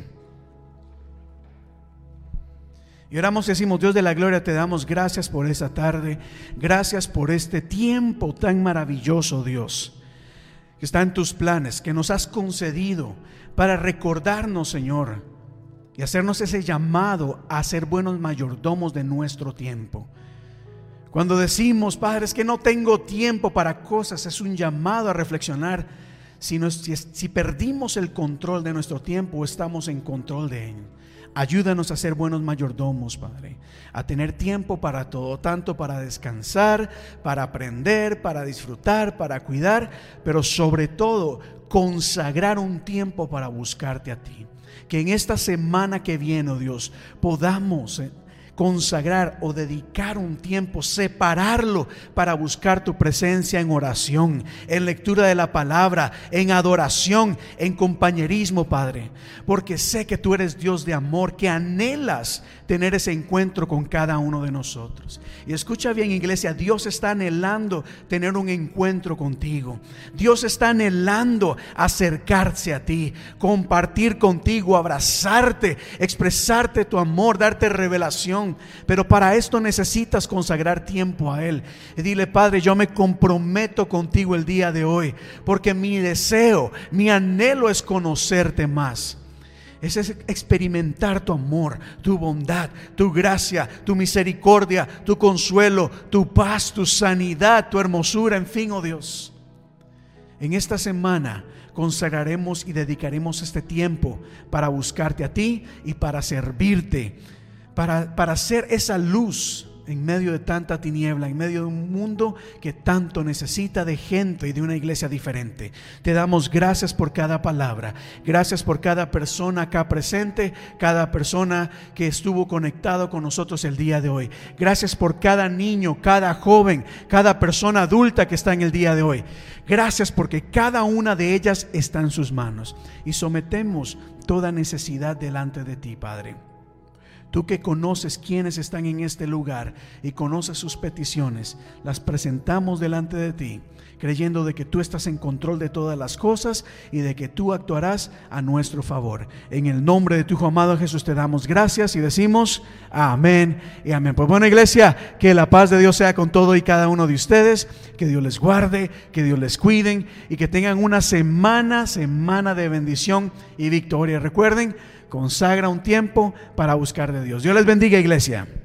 Y oramos y decimos: Dios de la gloria, te damos gracias por esta tarde. Gracias por este tiempo tan maravilloso, Dios, que está en tus planes, que nos has concedido para recordarnos, Señor, y hacernos ese llamado a ser buenos mayordomos de nuestro tiempo. Cuando decimos, Padre, es que no tengo tiempo para cosas, es un llamado a reflexionar si, nos, si, si perdimos el control de nuestro tiempo o estamos en control de él. Ayúdanos a ser buenos mayordomos, Padre, a tener tiempo para todo, tanto para descansar, para aprender, para disfrutar, para cuidar, pero sobre todo consagrar un tiempo para buscarte a ti. Que en esta semana que viene, oh Dios, podamos eh, consagrar o dedicar un tiempo, separarlo para buscar tu presencia en oración, en lectura de la palabra, en adoración, en compañerismo, Padre, porque sé que tú eres Dios de amor, que anhelas tener ese encuentro con cada uno de nosotros. Y escucha bien, iglesia, Dios está anhelando tener un encuentro contigo. Dios está anhelando acercarse a ti, compartir contigo, abrazarte, expresarte tu amor, darte revelación. Pero para esto necesitas consagrar tiempo a Él. Y dile: Padre, yo me comprometo contigo el día de hoy, porque mi deseo, mi anhelo es conocerte más. Es experimentar tu amor, tu bondad, tu gracia, tu misericordia, tu consuelo, tu paz, tu sanidad, tu hermosura, en fin, oh Dios. En esta semana consagraremos y dedicaremos este tiempo para buscarte a ti y para servirte, para, para ser esa luz en medio de tanta tiniebla, en medio de un mundo que tanto necesita de gente y de una iglesia diferente. Te damos gracias por cada palabra, gracias por cada persona acá presente, cada persona que estuvo conectado con nosotros el día de hoy. Gracias por cada niño, cada joven, cada persona adulta que está en el día de hoy. Gracias porque cada una de ellas está en sus manos y sometemos toda necesidad delante de ti, Padre. Tú que conoces quiénes están en este lugar y conoces sus peticiones, las presentamos delante de ti, creyendo de que tú estás en control de todas las cosas y de que tú actuarás a nuestro favor. En el nombre de tu Hijo amado Jesús te damos gracias y decimos amén y amén. Pues bueno, iglesia, que la paz de Dios sea con todo y cada uno de ustedes, que Dios les guarde, que Dios les cuide y que tengan una semana, semana de bendición y victoria. Recuerden, consagra un tiempo para buscar de Dios. Dios les bendiga, iglesia.